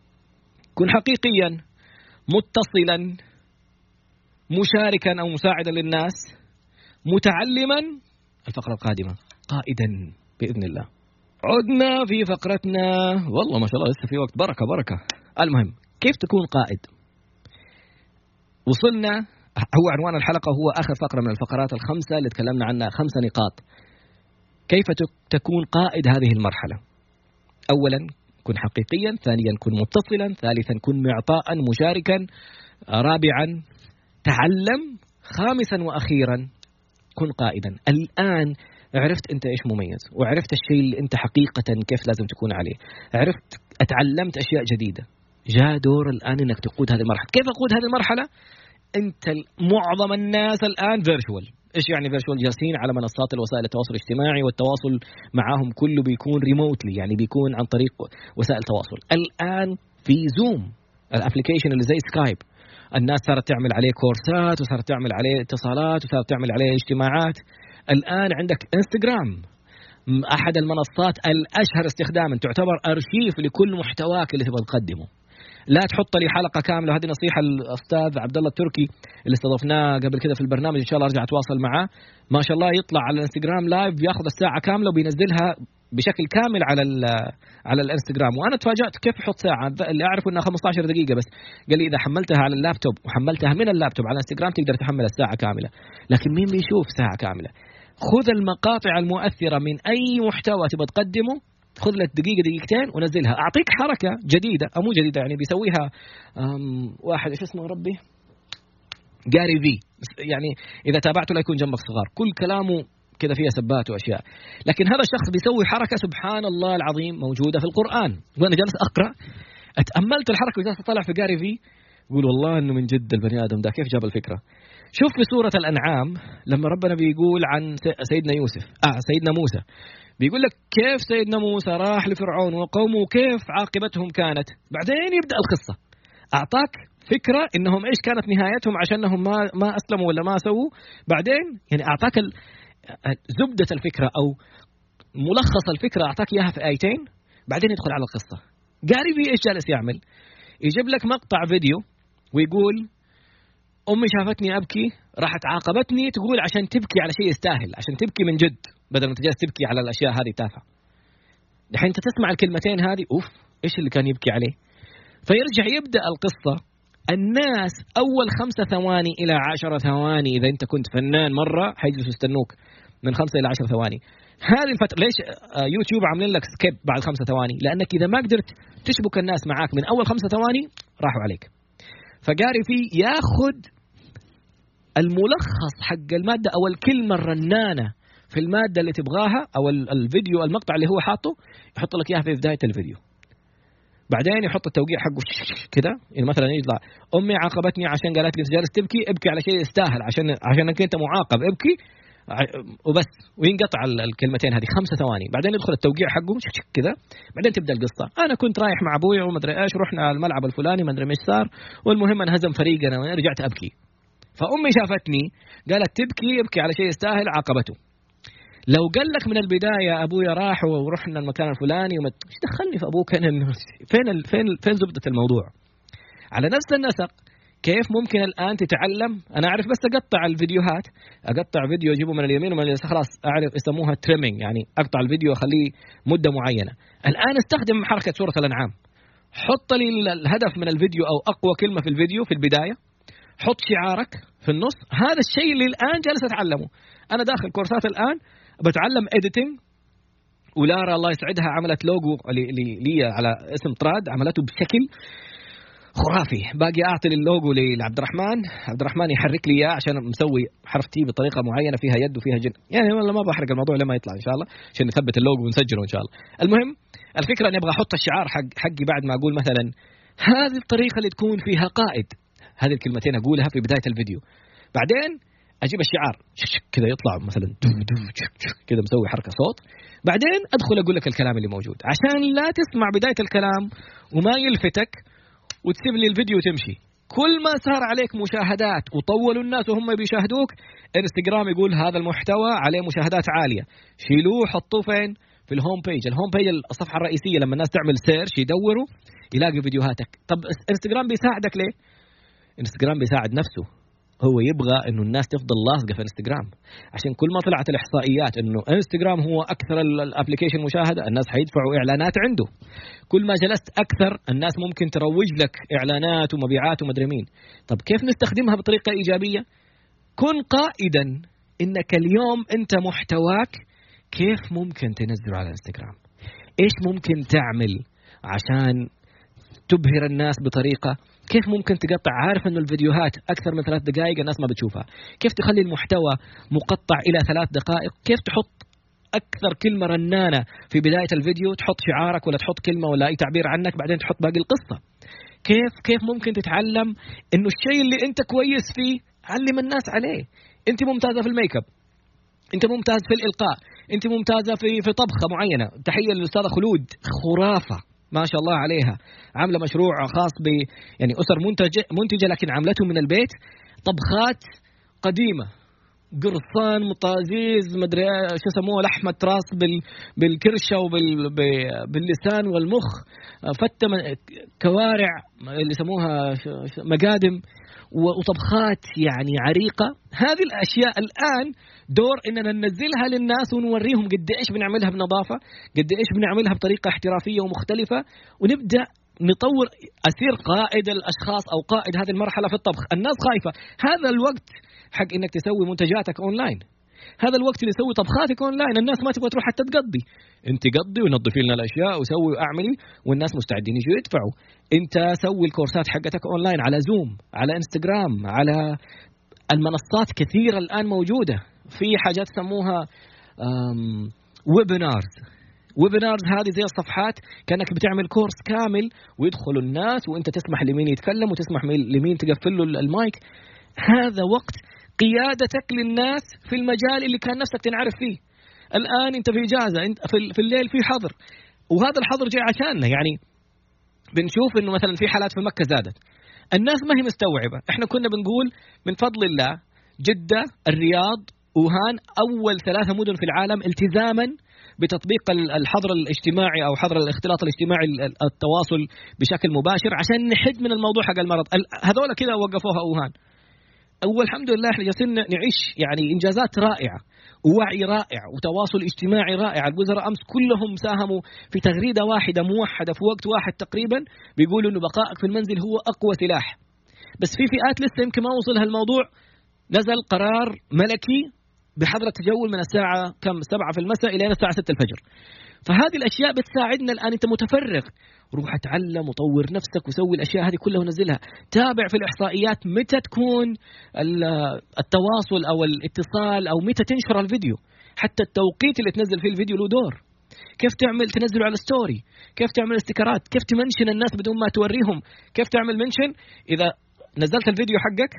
كن حقيقيا، متصلا، مشاركا أو مساعدا للناس، متعلما. الفقرة القادمة قائدا بإذن الله. عدنا في فقرتنا، والله ما شاء الله لسه في وقت، بركة بركة. المهم كيف تكون قائد. وصلنا هو عنوان الحلقة هو آخر فقرة من الفقرات الخمسة اللي تكلمنا عنها، خمسة نقاط. كيف تكون قائد هذه المرحلة؟ أولا كن حقيقيا، ثانيا كن متصلا، ثالثا كن معطاء مشاركا، رابعا تعلم، خامسا وأخيرا كن قائدا. الآن عرفت أنت إيش مميز، وعرفت الشيء اللي أنت حقيقة كيف لازم تكون عليه، عرفت اتعلمت أشياء جديدة، جاء دور الآن أنك تقود هذه المرحلة. كيف أقود هذه المرحلة؟ أنت معظم الناس الآن فيرتشوال. إيش يعني فيرتشوال؟ جالسين على منصات الوسائل التواصل الاجتماعي، والتواصل معهم كله بيكون ريموتلي، يعني بيكون عن طريق وسائل التواصل. الآن في زوم الابليكيشن اللي زي سكايب، الناس صارت تعمل عليه كورسات، وصارت تعمل عليه اتصالات، وصارت تعمل عليه اجتماعات. الآن عندك انستغرام، أحد المنصات الأشهر استخداما، تعتبر أرشيف لكل محتواك اللي تبغى تقدمه. لا تحط لي حلقة كاملة، هذه نصيحة الأستاذ عبد الله التركي اللي استضفناه قبل كده في البرنامج، إن شاء الله أرجع أتواصل معه. ما شاء الله يطلع على الانستغرام لايف، بياخذ الساعة كاملة وبينزلها بشكل كامل على على الانستغرام. وأنا تفاجأت كيف يحط ساعة، اللي أعرف إنها خمسة عشر دقيقة بس. قال لي إذا حملتها على اللابتوب وحملتها من اللابتوب على الانستغرام تقدر تحمل الساعة كاملة. لكن مين بيشوف ساعة كاملة؟ خذ المقاطع المؤثرة من أي محتوى تبغى تقدمه، خذ لك دقيقة دقيقتين ونزلها. أعطيك حركة جديدة أو مو جديدة، يعني بيسويها واحد إيش اسمه ربي جاري في، يعني إذا تابعته لا يكون جنبك صغار، كل كلامه كذا فيها سبات وأشياء. لكن هذا الشخص بيسوي حركة سبحان الله العظيم موجودة في القرآن، وأنا جالس أقرأ أتأملت الحركة وجالس أطلع في جاري في، يقول والله إنه من جد البني آدم ده كيف جاب الفكرة. شوف في سورة الأنعام لما ربنا بيقول عن سيدنا يوسف آه سيدنا موسى، بيقول لك كيف سيدنا موسى راح لفرعون وقومه وكيف عاقبتهم كانت. بعدين يبدأ القصة، أعطاك فكرة إنهم إيش كانت نهايتهم عشانهم ما ما أسلموا ولا ما سووا. بعدين يعني أعطاك زبدة الفكرة أو ملخص الفكرة، أعطاك إياها في آيتين. بعدين يدخل على القصة. قاري في إيش جالس يعمل؟ يجيب لك مقطع فيديو ويقول أمي شافتني أبكي راحت عاقبتني، تقول عشان تبكي على شيء يستاهل، عشان تبكي من جد بدل ما تجلس تبكي على الأشياء هذه تافهة. دحين أنت تسمع الكلمتين هذه، أوف إيش اللي كان يبكي عليه. فيرجع يبدأ القصة. الناس أول خمسة ثواني إلى عشرة ثواني إذا أنت كنت فنان مرة حيجلسوا يستنوك من خمسة إلى عشر ثواني. هذه الفترة ليش يوتيوب عاملين لك سكيب بعد خمسة ثواني؟ لأنك إذا ما قدرت تشبك الناس معاك من أول خمسة ثواني راحوا عليك. فقاري فيه ياخد الملخص حق المادة أو الكلمة الرنانة في المادة اللي تبغاها أو الفيديو المقطع اللي هو حاطه، يحط لك إياها في بداية الفيديو. بعدين يحط التوقيع حقه كده، يعني مثلا يطلع أمي عاقبتني عشان قالت لي جالس تبكي، ابكي على شيء يستاهل عشان عشانك أنت معاقب، ابكي وبس. وينقطع الكلمتين هذه خمسة ثواني. بعدين يدخل التوقيع حقه كذا. بعدين تبدأ القصة. أنا كنت رايح مع أبويا وما أدري إيش، رحنا الملعب الفلاني ما أدري إيش صار، والمهم انهزم فريقنا ورجعت أبكي. فأمي شافتني قالت تبكي، ابكي على شيء يستاهل، عاقبته. لو قال لك من البداية أبويا راح ورحنا المكان الفلاني وما إيش دخلني في أبوك، فين ال... فين فين زبدة الموضوع؟ على نفس النسق كيف ممكن الآن تتعلم؟ أنا أعرف بس أقطع الفيديوهات، أقطع فيديو أجيبه من اليمين ومن اليسار، خلاص أعرف يسموها تريمينج، يعني أقطع الفيديو أخليه مدة معينة. الآن استخدم حركة سورة الأنعام، حط لي الهدف من الفيديو أو أقوى كلمة في الفيديو في البداية، حط شعارك في النص. هذا الشيء اللي الآن جالس أتعلمه. أنا داخل كورسات الآن بتعلم إديتنج، ولارا الله يسعدها عملت لوجو لي لي على اسم طراد، عملته بشكل خرافي. باقي أعطي اللوجو لعبد الرحمن، عبد الرحمن يحرك لي إياه عشان مسوي حرف تي بطريقة معينة فيها يد وفيها جن، يعني والله ما بحرق الموضوع لما يطلع إن شاء الله عشان نثبت اللوجو ونسجله إن شاء الله. المهم الفكرة أني أبغى أحط الشعار حق حقي بعد ما أقول مثلا هذه الطريقة اللي تكون فيها قائد، هذه الكلمتين أقولها في بداية الفيديو. بعدين أجيب الشعار كذا يطلع مثلا كذا مسوي حركة صوت. بعدين أدخل أقول لك الكلام اللي موجود عشان لا تسمع بداية الكلام وما يلفتك وتسيب لي الفيديو وتمشي. كل ما صار عليك مشاهدات وطولوا الناس وهم بيشاهدوك، انستغرام يقول هذا المحتوى عليه مشاهدات عالية، شيلوه حطوه فين؟ في الهوم بيج. الهوم بيج الصفحة الرئيسية لما الناس تعمل سيرش يدوروا يلاقي فيديوهاتك. طب انستغرام بيساعدك ليه؟ انستغرام بيساعد نفسه، هو يبغى إنه الناس تفضل لاصقة في انستغرام، عشان كل ما طلعت الإحصائيات إنه انستغرام هو أكثر الابليكيشن مشاهدة الناس حيدفعوا إعلانات عنده. كل ما جلست أكثر الناس ممكن تروج لك إعلانات ومبيعات ومدري مين. طب كيف نستخدمها بطريقة إيجابية؟ كن قائدا إنك اليوم أنت محتواك كيف ممكن تنزله على انستغرام، إيش ممكن تعمل عشان تبهر الناس بطريقة، كيف ممكن تقطع، عارف أنه الفيديوهات أكثر من ثلاث دقائق الناس ما بتشوفها، كيف تخلي المحتوى مقطع إلى ثلاث دقائق، كيف تحط أكثر كلمة رنانة في بداية الفيديو، تحط شعارك ولا تحط كلمة ولا أي تعبير عنك بعدين تحط باقي القصة. كيف كيف ممكن تتعلم إنه الشيء اللي أنت كويس فيه علم الناس عليه. أنت ممتازة في الميك اب، أنت ممتاز في الإلقاء، أنت ممتازة في في طبخة معينة. تحية للأستاذة خلود، خرافة ما شاء الله عليها، عاملة مشروع خاص ب يعني أسر منتجة منتجة لكن عملته من البيت، طبخات قديمة، قرصان مطازيز مدري شو يسموه، لحمة راس بال بالكرشة وباللسان والمخ، فتة كوارع اللي يسموها مقادم، وطبخات يعني عريقة. هذه الأشياء الآن دور إننا ننزلها للناس ونوريهم قد إيش بنعملها بنظافة، قد إيش بنعملها بطريقة احترافية ومختلفة، ونبدأ نطور. أصير قائد الأشخاص أو قائد هذه المرحلة في الطبخ. الناس خايفة، هذا الوقت حق إنك تسوي منتجاتك أونلاين، هذا الوقت اللي يسوي طبخاتك أونلاين. الناس ما تبغى تروح حتى تقضي، أنت قضي ونظفي لنا الأشياء وسوي وأعملي، والناس مستعدين يجوا يدفعوا. أنت سوي الكورسات حقتك أونلاين على زوم، على انستغرام، على المنصات كثيرة الآن موجودة. في حاجات سموها ويبينارز. ويبينارز هذه زي الصفحات كأنك بتعمل كورس كامل ويدخلوا الناس وأنت تسمح لمين يتكلم وتسمح لمين تقفل له المايك. هذا وقت قيادتك للناس في المجال اللي كان نفسك تنعرف فيه. الآن أنت في إجازة، أنت في الليل في حظر، وهذا الحظر جاي عشاننا. يعني بنشوف إنه مثلا في حالات في مكة زادت، الناس ما هي مستوعبة. إحنا كنا بنقول من فضل الله جدة، الرياض، ووهان أول ثلاثة مدن في العالم التزاما بتطبيق الحظر الاجتماعي أو حظر الاختلاط الاجتماعي، التواصل بشكل مباشر، عشان نحد من الموضوع حق المرض. هذول كذا وقفوها ووهان. أول الحمد لله إحنا جالسين نعيش يعني إنجازات رائعة ووعي رائع وتواصل اجتماعي رائع. الوزراء أمس كلهم ساهموا في تغريدة واحدة موحدة في وقت واحد تقريبا، بيقولوا إنه بقائك في المنزل هو أقوى سلاح. بس في فئات لسه يمكن ما وصلها الموضوع. نزل قرار ملكي بحظر التجول من الساعة كم سبعة في المساء إلى الساعة ستة الفجر. فهذه الأشياء بتساعدنا الآن. أنت متفرغ، روح اتعلم وطور نفسك وسوي الأشياء هذه كلها ونزلها. تابع في الإحصائيات متى تكون التواصل أو الاتصال أو متى تنشر الفيديو. حتى التوقيت اللي تنزل فيه الفيديو له دور. كيف تعمل تنزله على ستوري، كيف تعمل استيكرات، كيف تمنشن الناس بدون ما توريهم، كيف تعمل منشن. إذا نزلت الفيديو حقك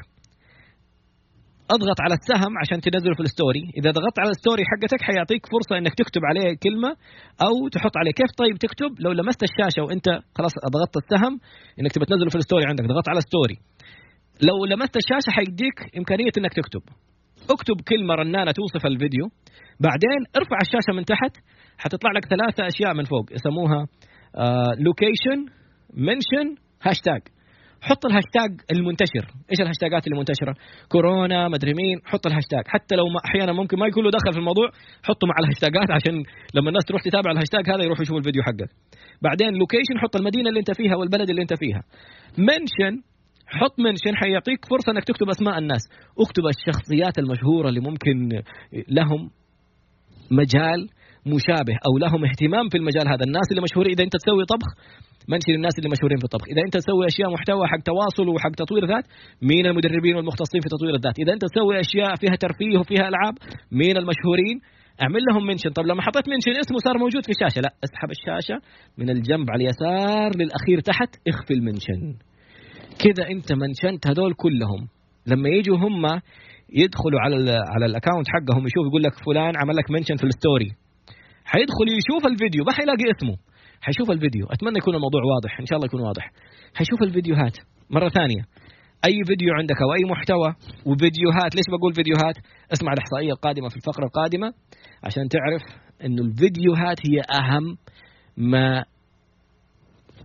اضغط على السهم عشان تنزله في الستوري. اذا ضغطت على الستوري حقتك حيعطيك فرصه انك تكتب عليه كلمه او تحط عليه. كيف طيب تكتب؟ لو لمست الشاشه وانت خلاص ضغطت السهم انك تبي تنزله في الستوري عندك، ضغط على ستوري، لو لمست الشاشه حيديك امكانيه انك تكتب. اكتب كلمه رنانه توصف الفيديو، بعدين ارفع الشاشه من تحت حتطلع لك ثلاثه اشياء من فوق يسموها لوكيشن، منشن، هاشتاج. حط الهاشتاج المنتشر. ايش الهاشتاجات اللي منتشره؟ كورونا مدري مين، حط الهاشتاج. حتى لو احيانا ممكن ما يكون له دخل في الموضوع، حطه مع الهاشتاجات عشان لما الناس تروح تتابع الهاشتاج هذا يروح يشوف الفيديو حقك. بعدين لوكيشن، حط المدينه اللي انت فيها والبلد اللي انت فيها. منشن، حط منشن حيعطيك فرصه انك تكتب اسماء الناس. اكتب الشخصيات المشهوره اللي ممكن لهم مجال مشابه او لهم اهتمام في المجال هذا. الناس اللي مشهورين، اذا انت تسوي طبخ منشن الناس اللي مشهورين في الطبخ. إذا أنت تسوي أشياء محتوى حق تواصل وحق تطوير ذات، مين المدربين والمختصين في تطوير الذات. إذا أنت تسوي أشياء فيها ترفيه وفيها ألعاب، مين المشهورين، اعمل لهم منشن. طب لما حطيت منشن اسمه صار موجود في الشاشة، لا، اسحب الشاشة من الجنب على اليسار للأخير تحت، اخفي المنشن. كذا أنت منشنت هذول كلهم. لما يجوا هم يدخلوا على على الأكاونت حقهم يشوف يقول لك فلان عمل لك منشن في الستوري، حيدخل يشوف الفيديو ما حيلاقي اسمه، حيشوف الفيديو. أتمنى يكون الموضوع واضح، إن شاء الله يكون واضح. حيشوف الفيديوهات مرة ثانية. أي فيديو عندك أو أي محتوى وفيديوهات. ليش بقول فيديوهات؟ اسمع الإحصائية القادمة في الفقرة القادمة عشان تعرف إنه الفيديوهات هي أهم ما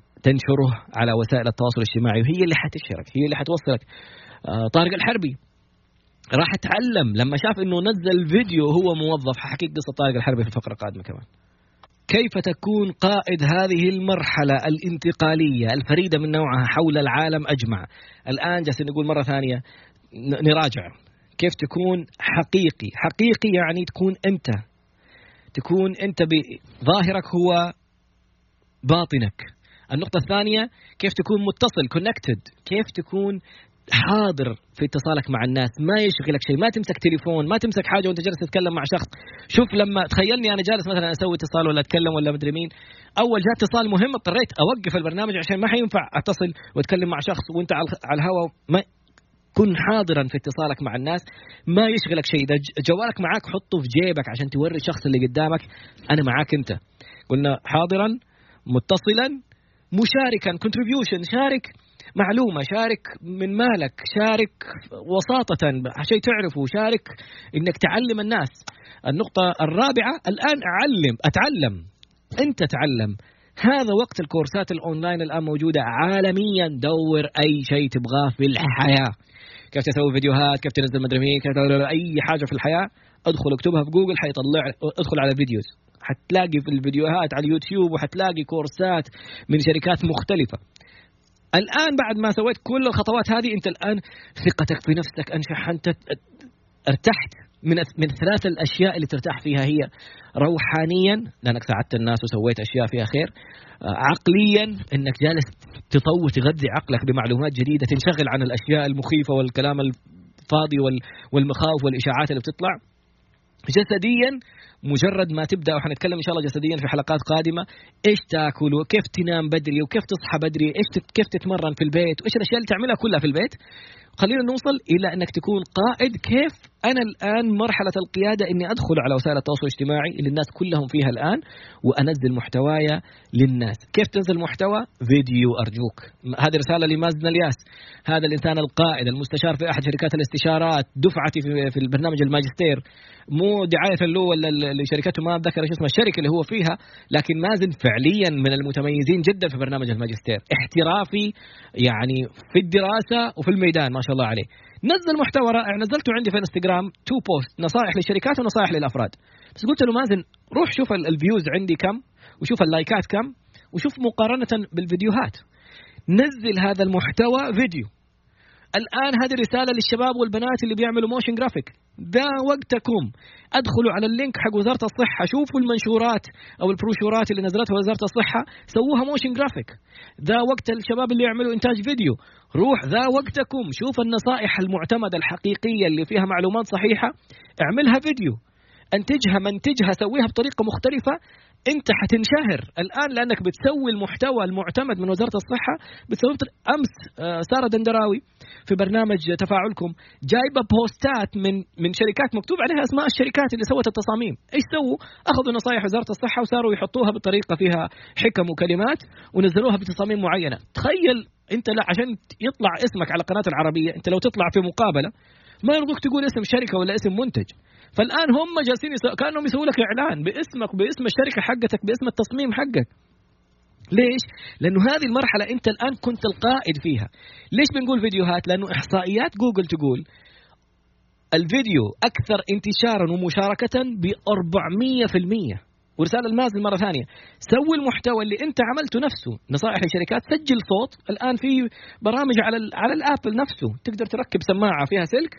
تنشره على وسائل التواصل الاجتماعي، وهي اللي حتشهرك، هي اللي حتوصلك. آه طارق الحربي راح اتعلم لما شاف انه نزل فيديو هو موظف. ححكيك قصة طارق الحربي في الفقرة القادمة كمان. كيف تكون قائد هذه المرحلة الانتقالية الفريدة من نوعها حول العالم أجمع. الآن جالسين نقول مرة ثانية نراجع كيف تكون حقيقي. حقيقي يعني تكون أنت، تكون أنت بظاهرك هو باطنك. النقطة الثانية كيف تكون متصل connected، كيف تكون حاضر في اتصالك مع الناس، ما يشغلك شيء، ما تمسك تليفون، ما تمسك حاجة وانت جالس تتكلم مع شخص. شوف لما تخيلني أنا جالس مثلا أسوي اتصال ولا أتكلم ولا مدري مين، أول جاء اتصال مهم اضطريت أوقف البرنامج عشان ما حينفع أتصل وأتكلم مع شخص وانت على الهواء. ما كن حاضرا في اتصالك مع الناس، ما يشغلك شيء. إذا جوالك معاك حطه في جيبك عشان توري الشخص اللي قدامك أنا معاك أنت. قلنا حاضرا، متصلا، مشاركا contribution، شارك معلومة، شارك من مالك، شارك وساطة شيء تعرفه، شارك إنك تعلم الناس. النقطة الرابعة الآن أعلم أتعلم أنت تعلم. هذا وقت الكورسات الأونلاين الآن موجودة عالميا. دور أي شيء تبغاه في الحياة، كيف تسوي فيديوهات، كيف تنزل مدري مين، كيف أي حاجة في الحياة ادخل اكتبها في جوجل حيطلع. ادخل على فيديوز حتلاقي في الفيديوهات على اليوتيوب، وحتلاقي كورسات من شركات مختلفة. الآن بعد ما سويت كل الخطوات هذه أنت الآن ثقتك في نفسك أنشح، أنت ارتحت من من ثلاث الأشياء اللي ترتاح فيها هي روحانيا لأنك ساعدت الناس وسويت أشياء فيها خير، عقليا أنك جالس تطور تغذي عقلك بمعلومات جديدة تنشغل عن الأشياء المخيفة والكلام الفاضي والمخاوف والإشاعات اللي بتطلع، جسديا مجرد ما تبدأ، وحنتكلم إن شاء الله جسديا في حلقات قادمة إيش تأكل وكيف تنام بدري وكيف تصحى بدري، إيش كيف تتمرن في البيت وإيش الأشياء اللي تعملها كلها في البيت. خلينا نوصل إلى أنك تكون قائد. كيف أنا الآن مرحلة القيادة إني أدخل على وسائل التواصل الاجتماعي اللي الناس كلهم فيها الآن وأنزل محتوايا للناس. كيف تنزل محتوى؟ فيديو أرجوك. هذه رسالة لمازن الياس، هذا الإنسان القائد المستشار في أحد شركات الاستشارات، دفعتي في البرنامج الماجستير، مو دعاية له ولا لشركته ما أتذكر ايش اسمها الشركة اللي هو فيها، لكن مازن فعليا من المتميزين جدا في برنامج الماجستير، احترافي يعني في الدراسة وفي الميدان ما شاء الله عليه. نزل محتوى رائع، نزلته عندي في الانستغرام تو بوست، نصائح للشركات ونصائح للأفراد. بس قلت له مازن روح شوف الفيوز عندي كم وشوف اللايكات كم وشوف مقارنة بالفيديوهات، نزل هذا المحتوى فيديو. الآن هذه رسالة للشباب والبنات اللي بيعملوا موشن جرافيك، ده وقتكم. ادخلوا على اللينك حق وزارة الصحة، شوفوا المنشورات أو البروشورات اللي نزلتها وزارة الصحة، سووها موشن جرافيك. ده وقت الشباب اللي يعملوا إنتاج فيديو، روح ذا وقتكم، شوف النصائح المعتمدة الحقيقية اللي فيها معلومات صحيحة، اعملها فيديو، انتجها منتجها، سويها بطريقة مختلفة. انت حتنشهر الآن لأنك بتسوي المحتوى المعتمد من وزارة الصحة. بتسوي أمس سارة دندراوي في برنامج تفاعلكم جايبة بوستات من من شركات مكتوب عليها أسماء الشركات اللي سوت التصاميم. إيش سووا؟ أخذوا نصائح وزارة الصحة وصاروا يحطوها بطريقة فيها حكم وكلمات ونزلوها بتصاميم معينة. تخيل أنت لا عشان يطلع اسمك على قناة العربية، أنت لو تطلع في مقابلة ما يرضوك تقول اسم شركة ولا اسم منتج. فالآن هم جالسين يسو... كأنهم يسووا لك إعلان باسمك باسم الشركة حقتك باسم التصميم حقك. ليش؟ لأنه هذه المرحلة أنت الآن كنت القائد فيها. ليش بنقول فيديوهات؟ لأنه إحصائيات جوجل تقول الفيديو أكثر انتشارا ومشاركة بأربعمية في المية. ورسالة المازن مرة ثانية، سوي المحتوى اللي أنت عملته نفسه، نصائح للشركات، سجل صوت. الآن في برامج على ال... على الآبل نفسه تقدر تركب سماعة فيها سلك،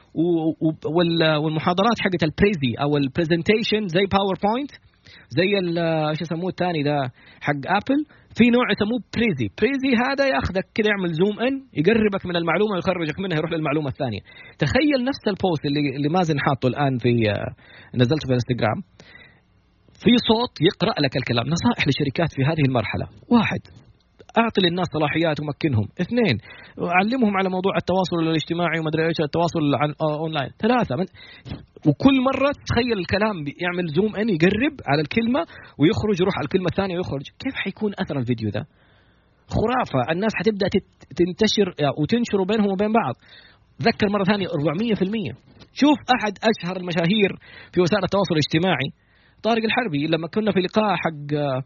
والمحاضرات حقت البريزي او البرزنتيشن زي باوربوينت، زي ايش يسموه الثاني ده حق ابل، في نوع يسموه بريزي. بريزي هذا ياخذك كده يعمل زوم ان، يقربك من المعلومه ويخرجك منها يروح للمعلومه الثانيه. تخيل نفس البوست اللي اللي مازن حاطه الان في نزلته في الانستغرام، في صوت يقرا لك الكلام. نصائح للشركات في هذه المرحله: واحد، أعطي للناس صلاحيات ومكنهم. اثنين، علمهم على موضوع التواصل الاجتماعي وما أدري إيش التواصل عن أونلاين. ثلاثة، من وكل مرة تخيل الكلام يعمل زوم إن، يقرب على الكلمة ويخرج، يروح على الكلمة الثانية ويخرج. كيف حيكون أثر الفيديو ذا؟ خرافة. الناس حتبدأ تنتشر وتنشر بينهم وبين بعض. ذكر مرة ثانية أربعمية في المية. شوف أحد أشهر المشاهير في وسائل التواصل الاجتماعي طارق الحربي، لما كنا في لقاء حق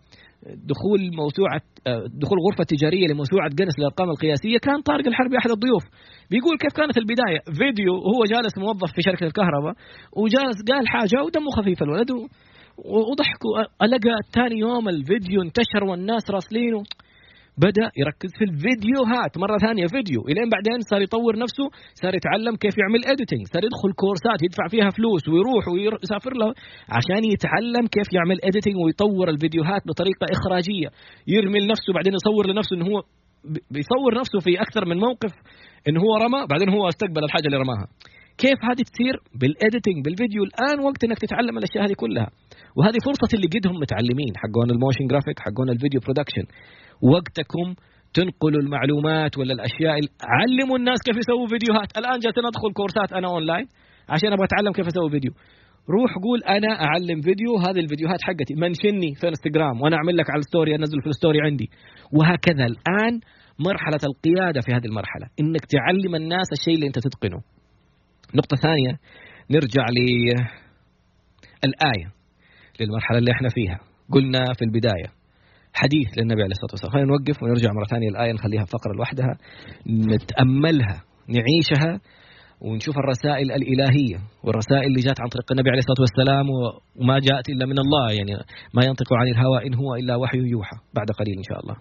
دخول موسوعة دخول غرفة تجارية لموسوعة جينيس للأرقام القياسية، كان طارق الحربي أحد الضيوف بيقول كيف كانت البداية، فيديو وهو جالس موظف في شركة الكهرباء وجالس قال حاجة ودمه خفيف الولد وضحكوا، ألقى ثاني يوم الفيديو انتشر والناس راسلينه، بدأ يركز في الفيديوهات مرة ثانية فيديو، إلين بعدين صار يطور نفسه، صار يتعلم كيف يعمل إديتنج، صار يدخل كورسات يدفع فيها فلوس ويروح ويسافر له عشان يتعلم كيف يعمل إديتنج ويطور الفيديوهات بطريقة إخراجية، يرمي لنفسه بعدين يصور لنفسه إنه هو بيصور نفسه في أكثر من موقف إنه هو رمى بعدين هو استقبل الحاجة اللي رماها. كيف هذه تصير بالإديتنج بالفيديو؟ الآن وقت إنك تتعلم الأشياء هذه كلها، وهذه فرصة اللي قدهم متعلمين حقون الموشن جرافيك حقون الفيديو برودكشن. وقتكم تنقلوا المعلومات ولا الأشياء، علموا الناس كيف يسووا فيديوهات. الآن جالسين أدخل كورسات أنا أونلاين عشان أبغى أتعلم كيف أسوي فيديو، روح قول أنا أعلم فيديو، هذه الفيديوهات حقتي، منشني في انستغرام وأنا أعمل لك على الستوري، أنزل في الستوري عندي. وهكذا الآن مرحلة القيادة في هذه المرحلة، إنك تعلم الناس الشيء اللي أنت تتقنه. نقطة ثانية، نرجع للآية للمرحلة اللي احنا فيها. قلنا في البداية حديث للنبي عليه الصلاة والسلام، خلينا نوقف ونرجع مرة ثانية الآية، نخليها فقرة لوحدها نتأملها نعيشها ونشوف الرسائل الإلهية والرسائل اللي جاءت عن طريق النبي عليه الصلاة والسلام وما جاءت إلا من الله، يعني ما ينطق عن الهوى إن هو إلا وحي يوحى. بعد قليل إن شاء الله.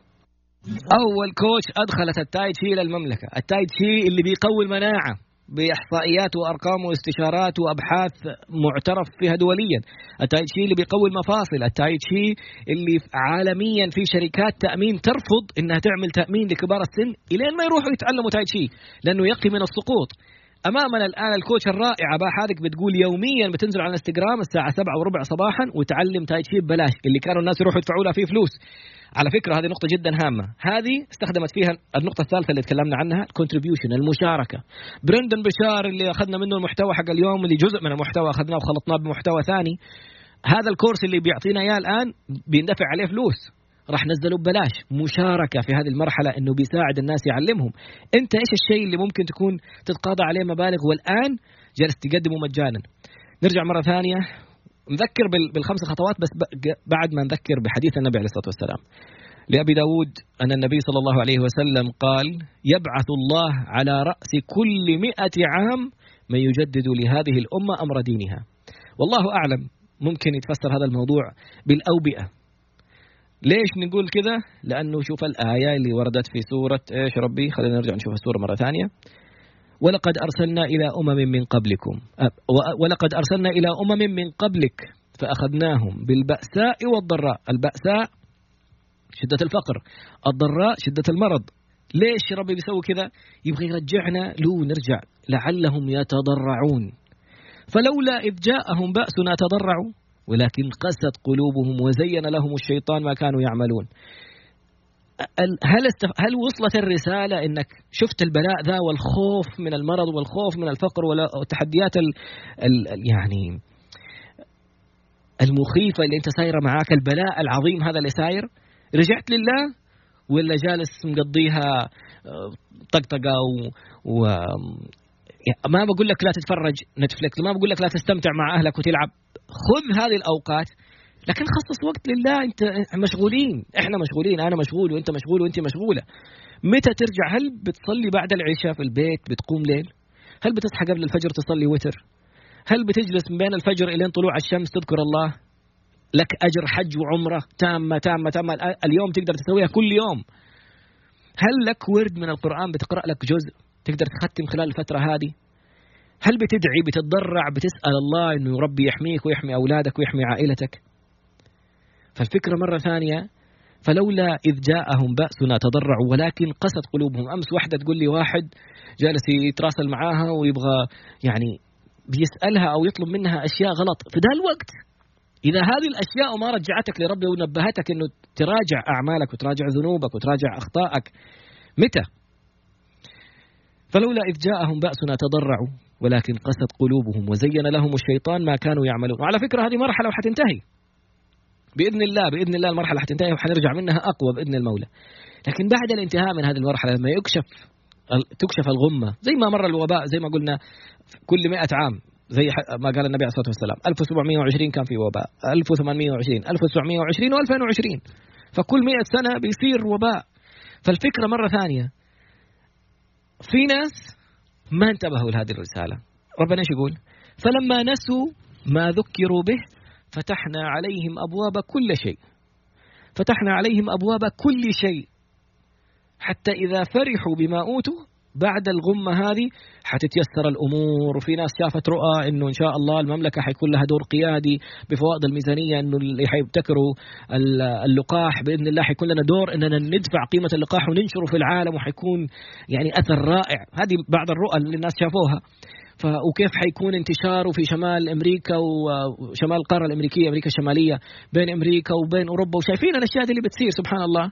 أول كوتش أدخلت التاي تشي للمملكة، التاي تشي اللي بيقوي المناعة بإحصائيات وأرقام واستشارات وأبحاث معترف فيها دوليا، التاي تشي اللي بيقوي المفاصل، التاي تشي اللي عالميا في شركات تأمين ترفض إنها تعمل تأمين لكبار السن إلين ما يروحوا يتعلموا تاي تشي لأنه يقي من السقوط. أمامنا الآن الكوتش الرائعة با حادق بتقول يوميا بتنزل على الانستغرام الساعة سبعة وربع صباحا وتعلم تاي تشي ببلاش، اللي كانوا الناس يروحوا يدفعوا لها فيه فلوس. على فكرة هذه نقطة جدا هامة، هذه استخدمت فيها النقطة الثالثة اللي تكلمنا عنها، الكونتريبيوشن، المشاركة. برندن بشار اللي أخذنا منه المحتوى حق اليوم، اللي جزء من المحتوى أخذناه وخلطناه بمحتوى ثاني، هذا الكورس اللي بيعطينا إياه الآن بيندفع عليه فلوس، راح نزله ببلاش. مشاركة في هذه المرحلة إنه بيساعد الناس يعلمهم. أنت إيش الشيء اللي ممكن تكون تتقاضى عليه مبالغ والآن جالس تقدمه مجانا؟ نرجع مرة ثانية نذكر بالخمس خطوات، بس بعد ما نذكر بحديث النبي عليه الصلاة والسلام لأبي داود أن النبي صلى الله عليه وسلم قال: يبعث الله على رأس كل مئة عام من يجدد لهذه الأمة أمر دينها. والله أعلم ممكن يتفسر هذا الموضوع بالأوبئة. ليش نقول كذا؟ لأنه شوف الآية اللي وردت في سورة إيش ربي، خلينا نرجع نشوف السورة مرة ثانية. ولقد أرسلنا إلى أمم من قبلكم ولقد أرسلنا إلى أمم من قبلك فأخذناهم بالبأساء والضراء. البأساء شدة الفقر، الضراء شدة المرض. ليش ربي بيسوي كذا؟ يبغى يرجعنا له نرجع لعلهم يتضرعون. فلولا إذ جاءهم بأسنا تضرعوا ولكن قست قلوبهم وزين لهم الشيطان ما كانوا يعملون. هل استف... هل وصلت الرسالة إنك شفت البلاء ذا والخوف من المرض والخوف من الفقر والتحديات ال... ال... يعني المخيفة اللي أنت سايرة معاك، البلاء العظيم هذا اللي ساير، رجعت لله ولا جالس مقضيها طقطقة و... و... ما بقول لك لا تتفرج نتفليكس، ما بقول لك لا تستمتع مع أهلك وتلعب، خذ هذه الأوقات لكن خصص وقت لله. أنت مشغولين، إحنا مشغولين، أنا مشغول وأنت مشغول وأنت مشغولة. متى ترجع؟ هل بتصلي بعد العشاء في البيت بتقوم ليل؟ هل بتصحى قبل الفجر تصلي وتر؟ هل بتجلس من بين الفجر إلى طلوع الشمس تذكر الله؟ لك أجر حج وعمرة تامة تامة تامة اليوم تقدر تسويها كل يوم. هل لك ورد من القرآن بتقرأ لك جزء تقدر تختم خلال الفترة هذه؟ هل بتدعي بتتضرع بتسأل الله إنه ربي يحميك ويحمي أولادك ويحمي عائلتك؟ فالفكرة مرة ثانية، فلولا إذ جاءهم بأسنا تضرعوا ولكن قست قلوبهم. أمس واحدة تقول لي واحد جالس يتراسل معاها ويبغى يعني بيسألها أو يطلب منها أشياء غلط في ذا الوقت. إذا هذه الأشياء ما رجعتك لربي ونبهتك إنه تراجع أعمالك وتراجع ذنوبك وتراجع أخطائك، متى؟ فلولا إذ جاءهم بأسنا تضرعوا ولكن قست قلوبهم وزين لهم الشيطان ما كانوا يعملون. وعلى فكرة هذه مرحلة وحتنتهي بإذن الله، بإذن الله المرحلة حتنتهي وحنرجع منها أقوى بإذن المولى. لكن بعد الانتهاء من هذه المرحلة لما يكشف تكشف الغمة زي ما مر الوباء، زي ما قلنا كل مئة عام، زي ما قال النبي عليه الصلاة والسلام ألف وسبعمائة وعشرين كان في وباء، ألف وثمانمائة وعشرين، ألف وتسعمائة وعشرين وألفين وعشرين. فكل مئة سنة بيصير وباء. فالفكرة مرة ثانية، في ناس ما انتبهوا لهذه الرسالة. ربنا ايش يقول؟ فلما نسوا ما ذكروا به فتحنا عليهم أبواب كل شيء، فتحنا عليهم أبواب كل شيء حتى إذا فرحوا بما أوتوا. بعد الغمة هذه حتتيسر الأمور. وفي ناس شافت رؤى إنه إن شاء الله المملكة حيكون لها دور قيادي بفوائد الميزانية، إنه اللي حيبتكروا اللقاح بإذن الله حيكون لنا دور إننا ندفع قيمة اللقاح وننشره في العالم، وحيكون يعني أثر رائع. هذه بعض الرؤى اللي الناس شافوها. وكيف حيكون انتشاره في شمال أمريكا وشمال القارة الأمريكية، أمريكا الشمالية، بين أمريكا وبين أوروبا، وشايفين الأشياء اللي بتصير سبحان الله.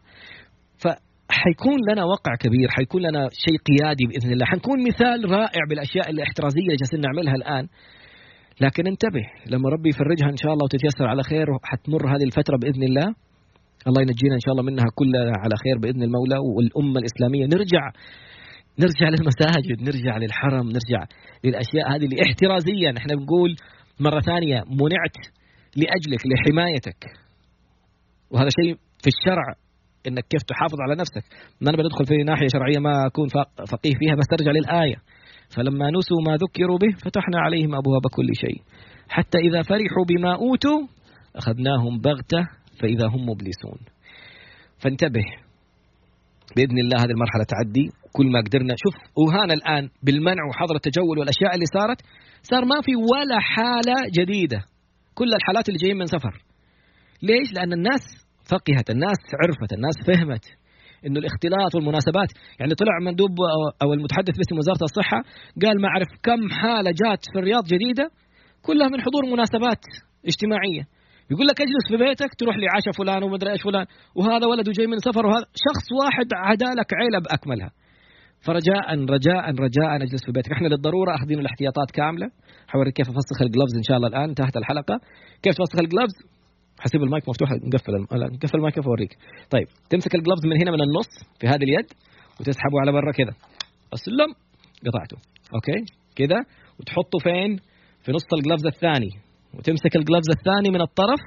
فحيكون لنا وقع كبير، حيكون لنا شيء قيادي بإذن الله، حنكون مثال رائع بالأشياء الاحترازية اللي جالسين نعملها الآن. لكن انتبه، لما ربي يفرجها إن شاء الله وتتيسر على خير، وحتمر هذه الفترة بإذن الله، الله ينجينا إن شاء الله منها كلها على خير بإذن المولى. والأمة الإسلامية نرجع نرجع للمساجد، نرجع للحرم، نرجع للأشياء هذه اللي احترازيا. احنا بنقول مرة ثانية منعت لأجلك لحمايتك، وهذا شيء في الشرع إنك كيف تحافظ على نفسك. ما أنا بندخل في ناحية شرعية ما أكون فقيه فيها، بس ترجع للآية. فلما نسوا ما ذكروا به فتحنا عليهم أبواب كل شيء حتى إذا فرحوا بما أوتوا أخذناهم بغتة فإذا هم مبلسون. فانتبه بإذن الله، هذه المرحلة تعدي كل ما قدرنا. شوف وهان الآن بالمنع وحظر التجول والأشياء اللي صارت، صار ما في ولا حالة جديدة، كل الحالات اللي جايين من سفر. ليش؟ لأن الناس فقهت، الناس عرفت، الناس فهمت إنه الاختلاط والمناسبات. يعني طلع مندوب أو المتحدث باسم وزارة الصحة قال ما أعرف كم حالة جات في الرياض جديدة كلها من حضور مناسبات اجتماعية. يقول لك اجلس في بيتك تروح لعشاء فلان ومدري ايش فلان، وهذا ولده جاي من سفر، وهذا شخص واحد عدالك عيلة بأكملها. فرجاء رجاء رجاء اجلس في بيتك. احنا للضرورة أخذين الاحتياطات كاملة. حوريك كيف أفسخ الجلوفز إن شاء الله الآن تحت الحلقة. كيف تفسخ الجلوفز؟ حسيب المايك مفتوح، نقفل نقفل المايك كيف أوريك. طيب تمسك الجلوفز من هنا من النص في هذه اليد وتسحبه على برا كذا، السلم قطعته اوكي كذا، وتحطه فين؟ في نص الجلوفز الثاني، وتمسك الجلوفز الثاني من الطرف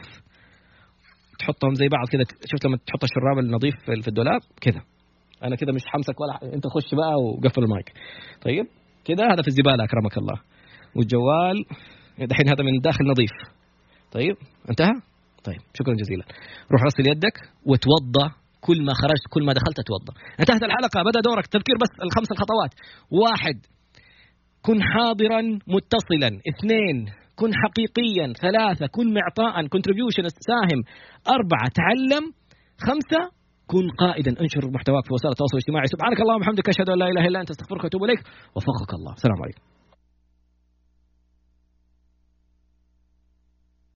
تحطهم زي بعض كذا. شفت لما تحط الشراب النظيف في الدولاب كذا؟ انا كذا مش حمسك ولا انت خش بقى وقفل المايك. طيب كذا هذا في الزبالة أكرمك الله. والجوال دحين هذا من داخل نظيف. طيب انتهى؟ طيب شكرا جزيلا. روح غسل يدك وتوضى، كل ما خرجت كل ما دخلت توضى. انتهت الحلقة، بدأ دورك تذكير بس الخمس الخطوات. واحد، كن حاضرا متصلا. اثنين، كن حقيقيا. ثلاثة، كن معطاء contribution ساهم. أربعة، تعلم. خمسة، كن قائدا، انشر محتواك في وسائل التواصل الاجتماعي. سبحانك اللهم وبحمدك، اشهد ان لا اله الا انت، استغفرك واتوب اليك، وفقك الله. السلام عليكم.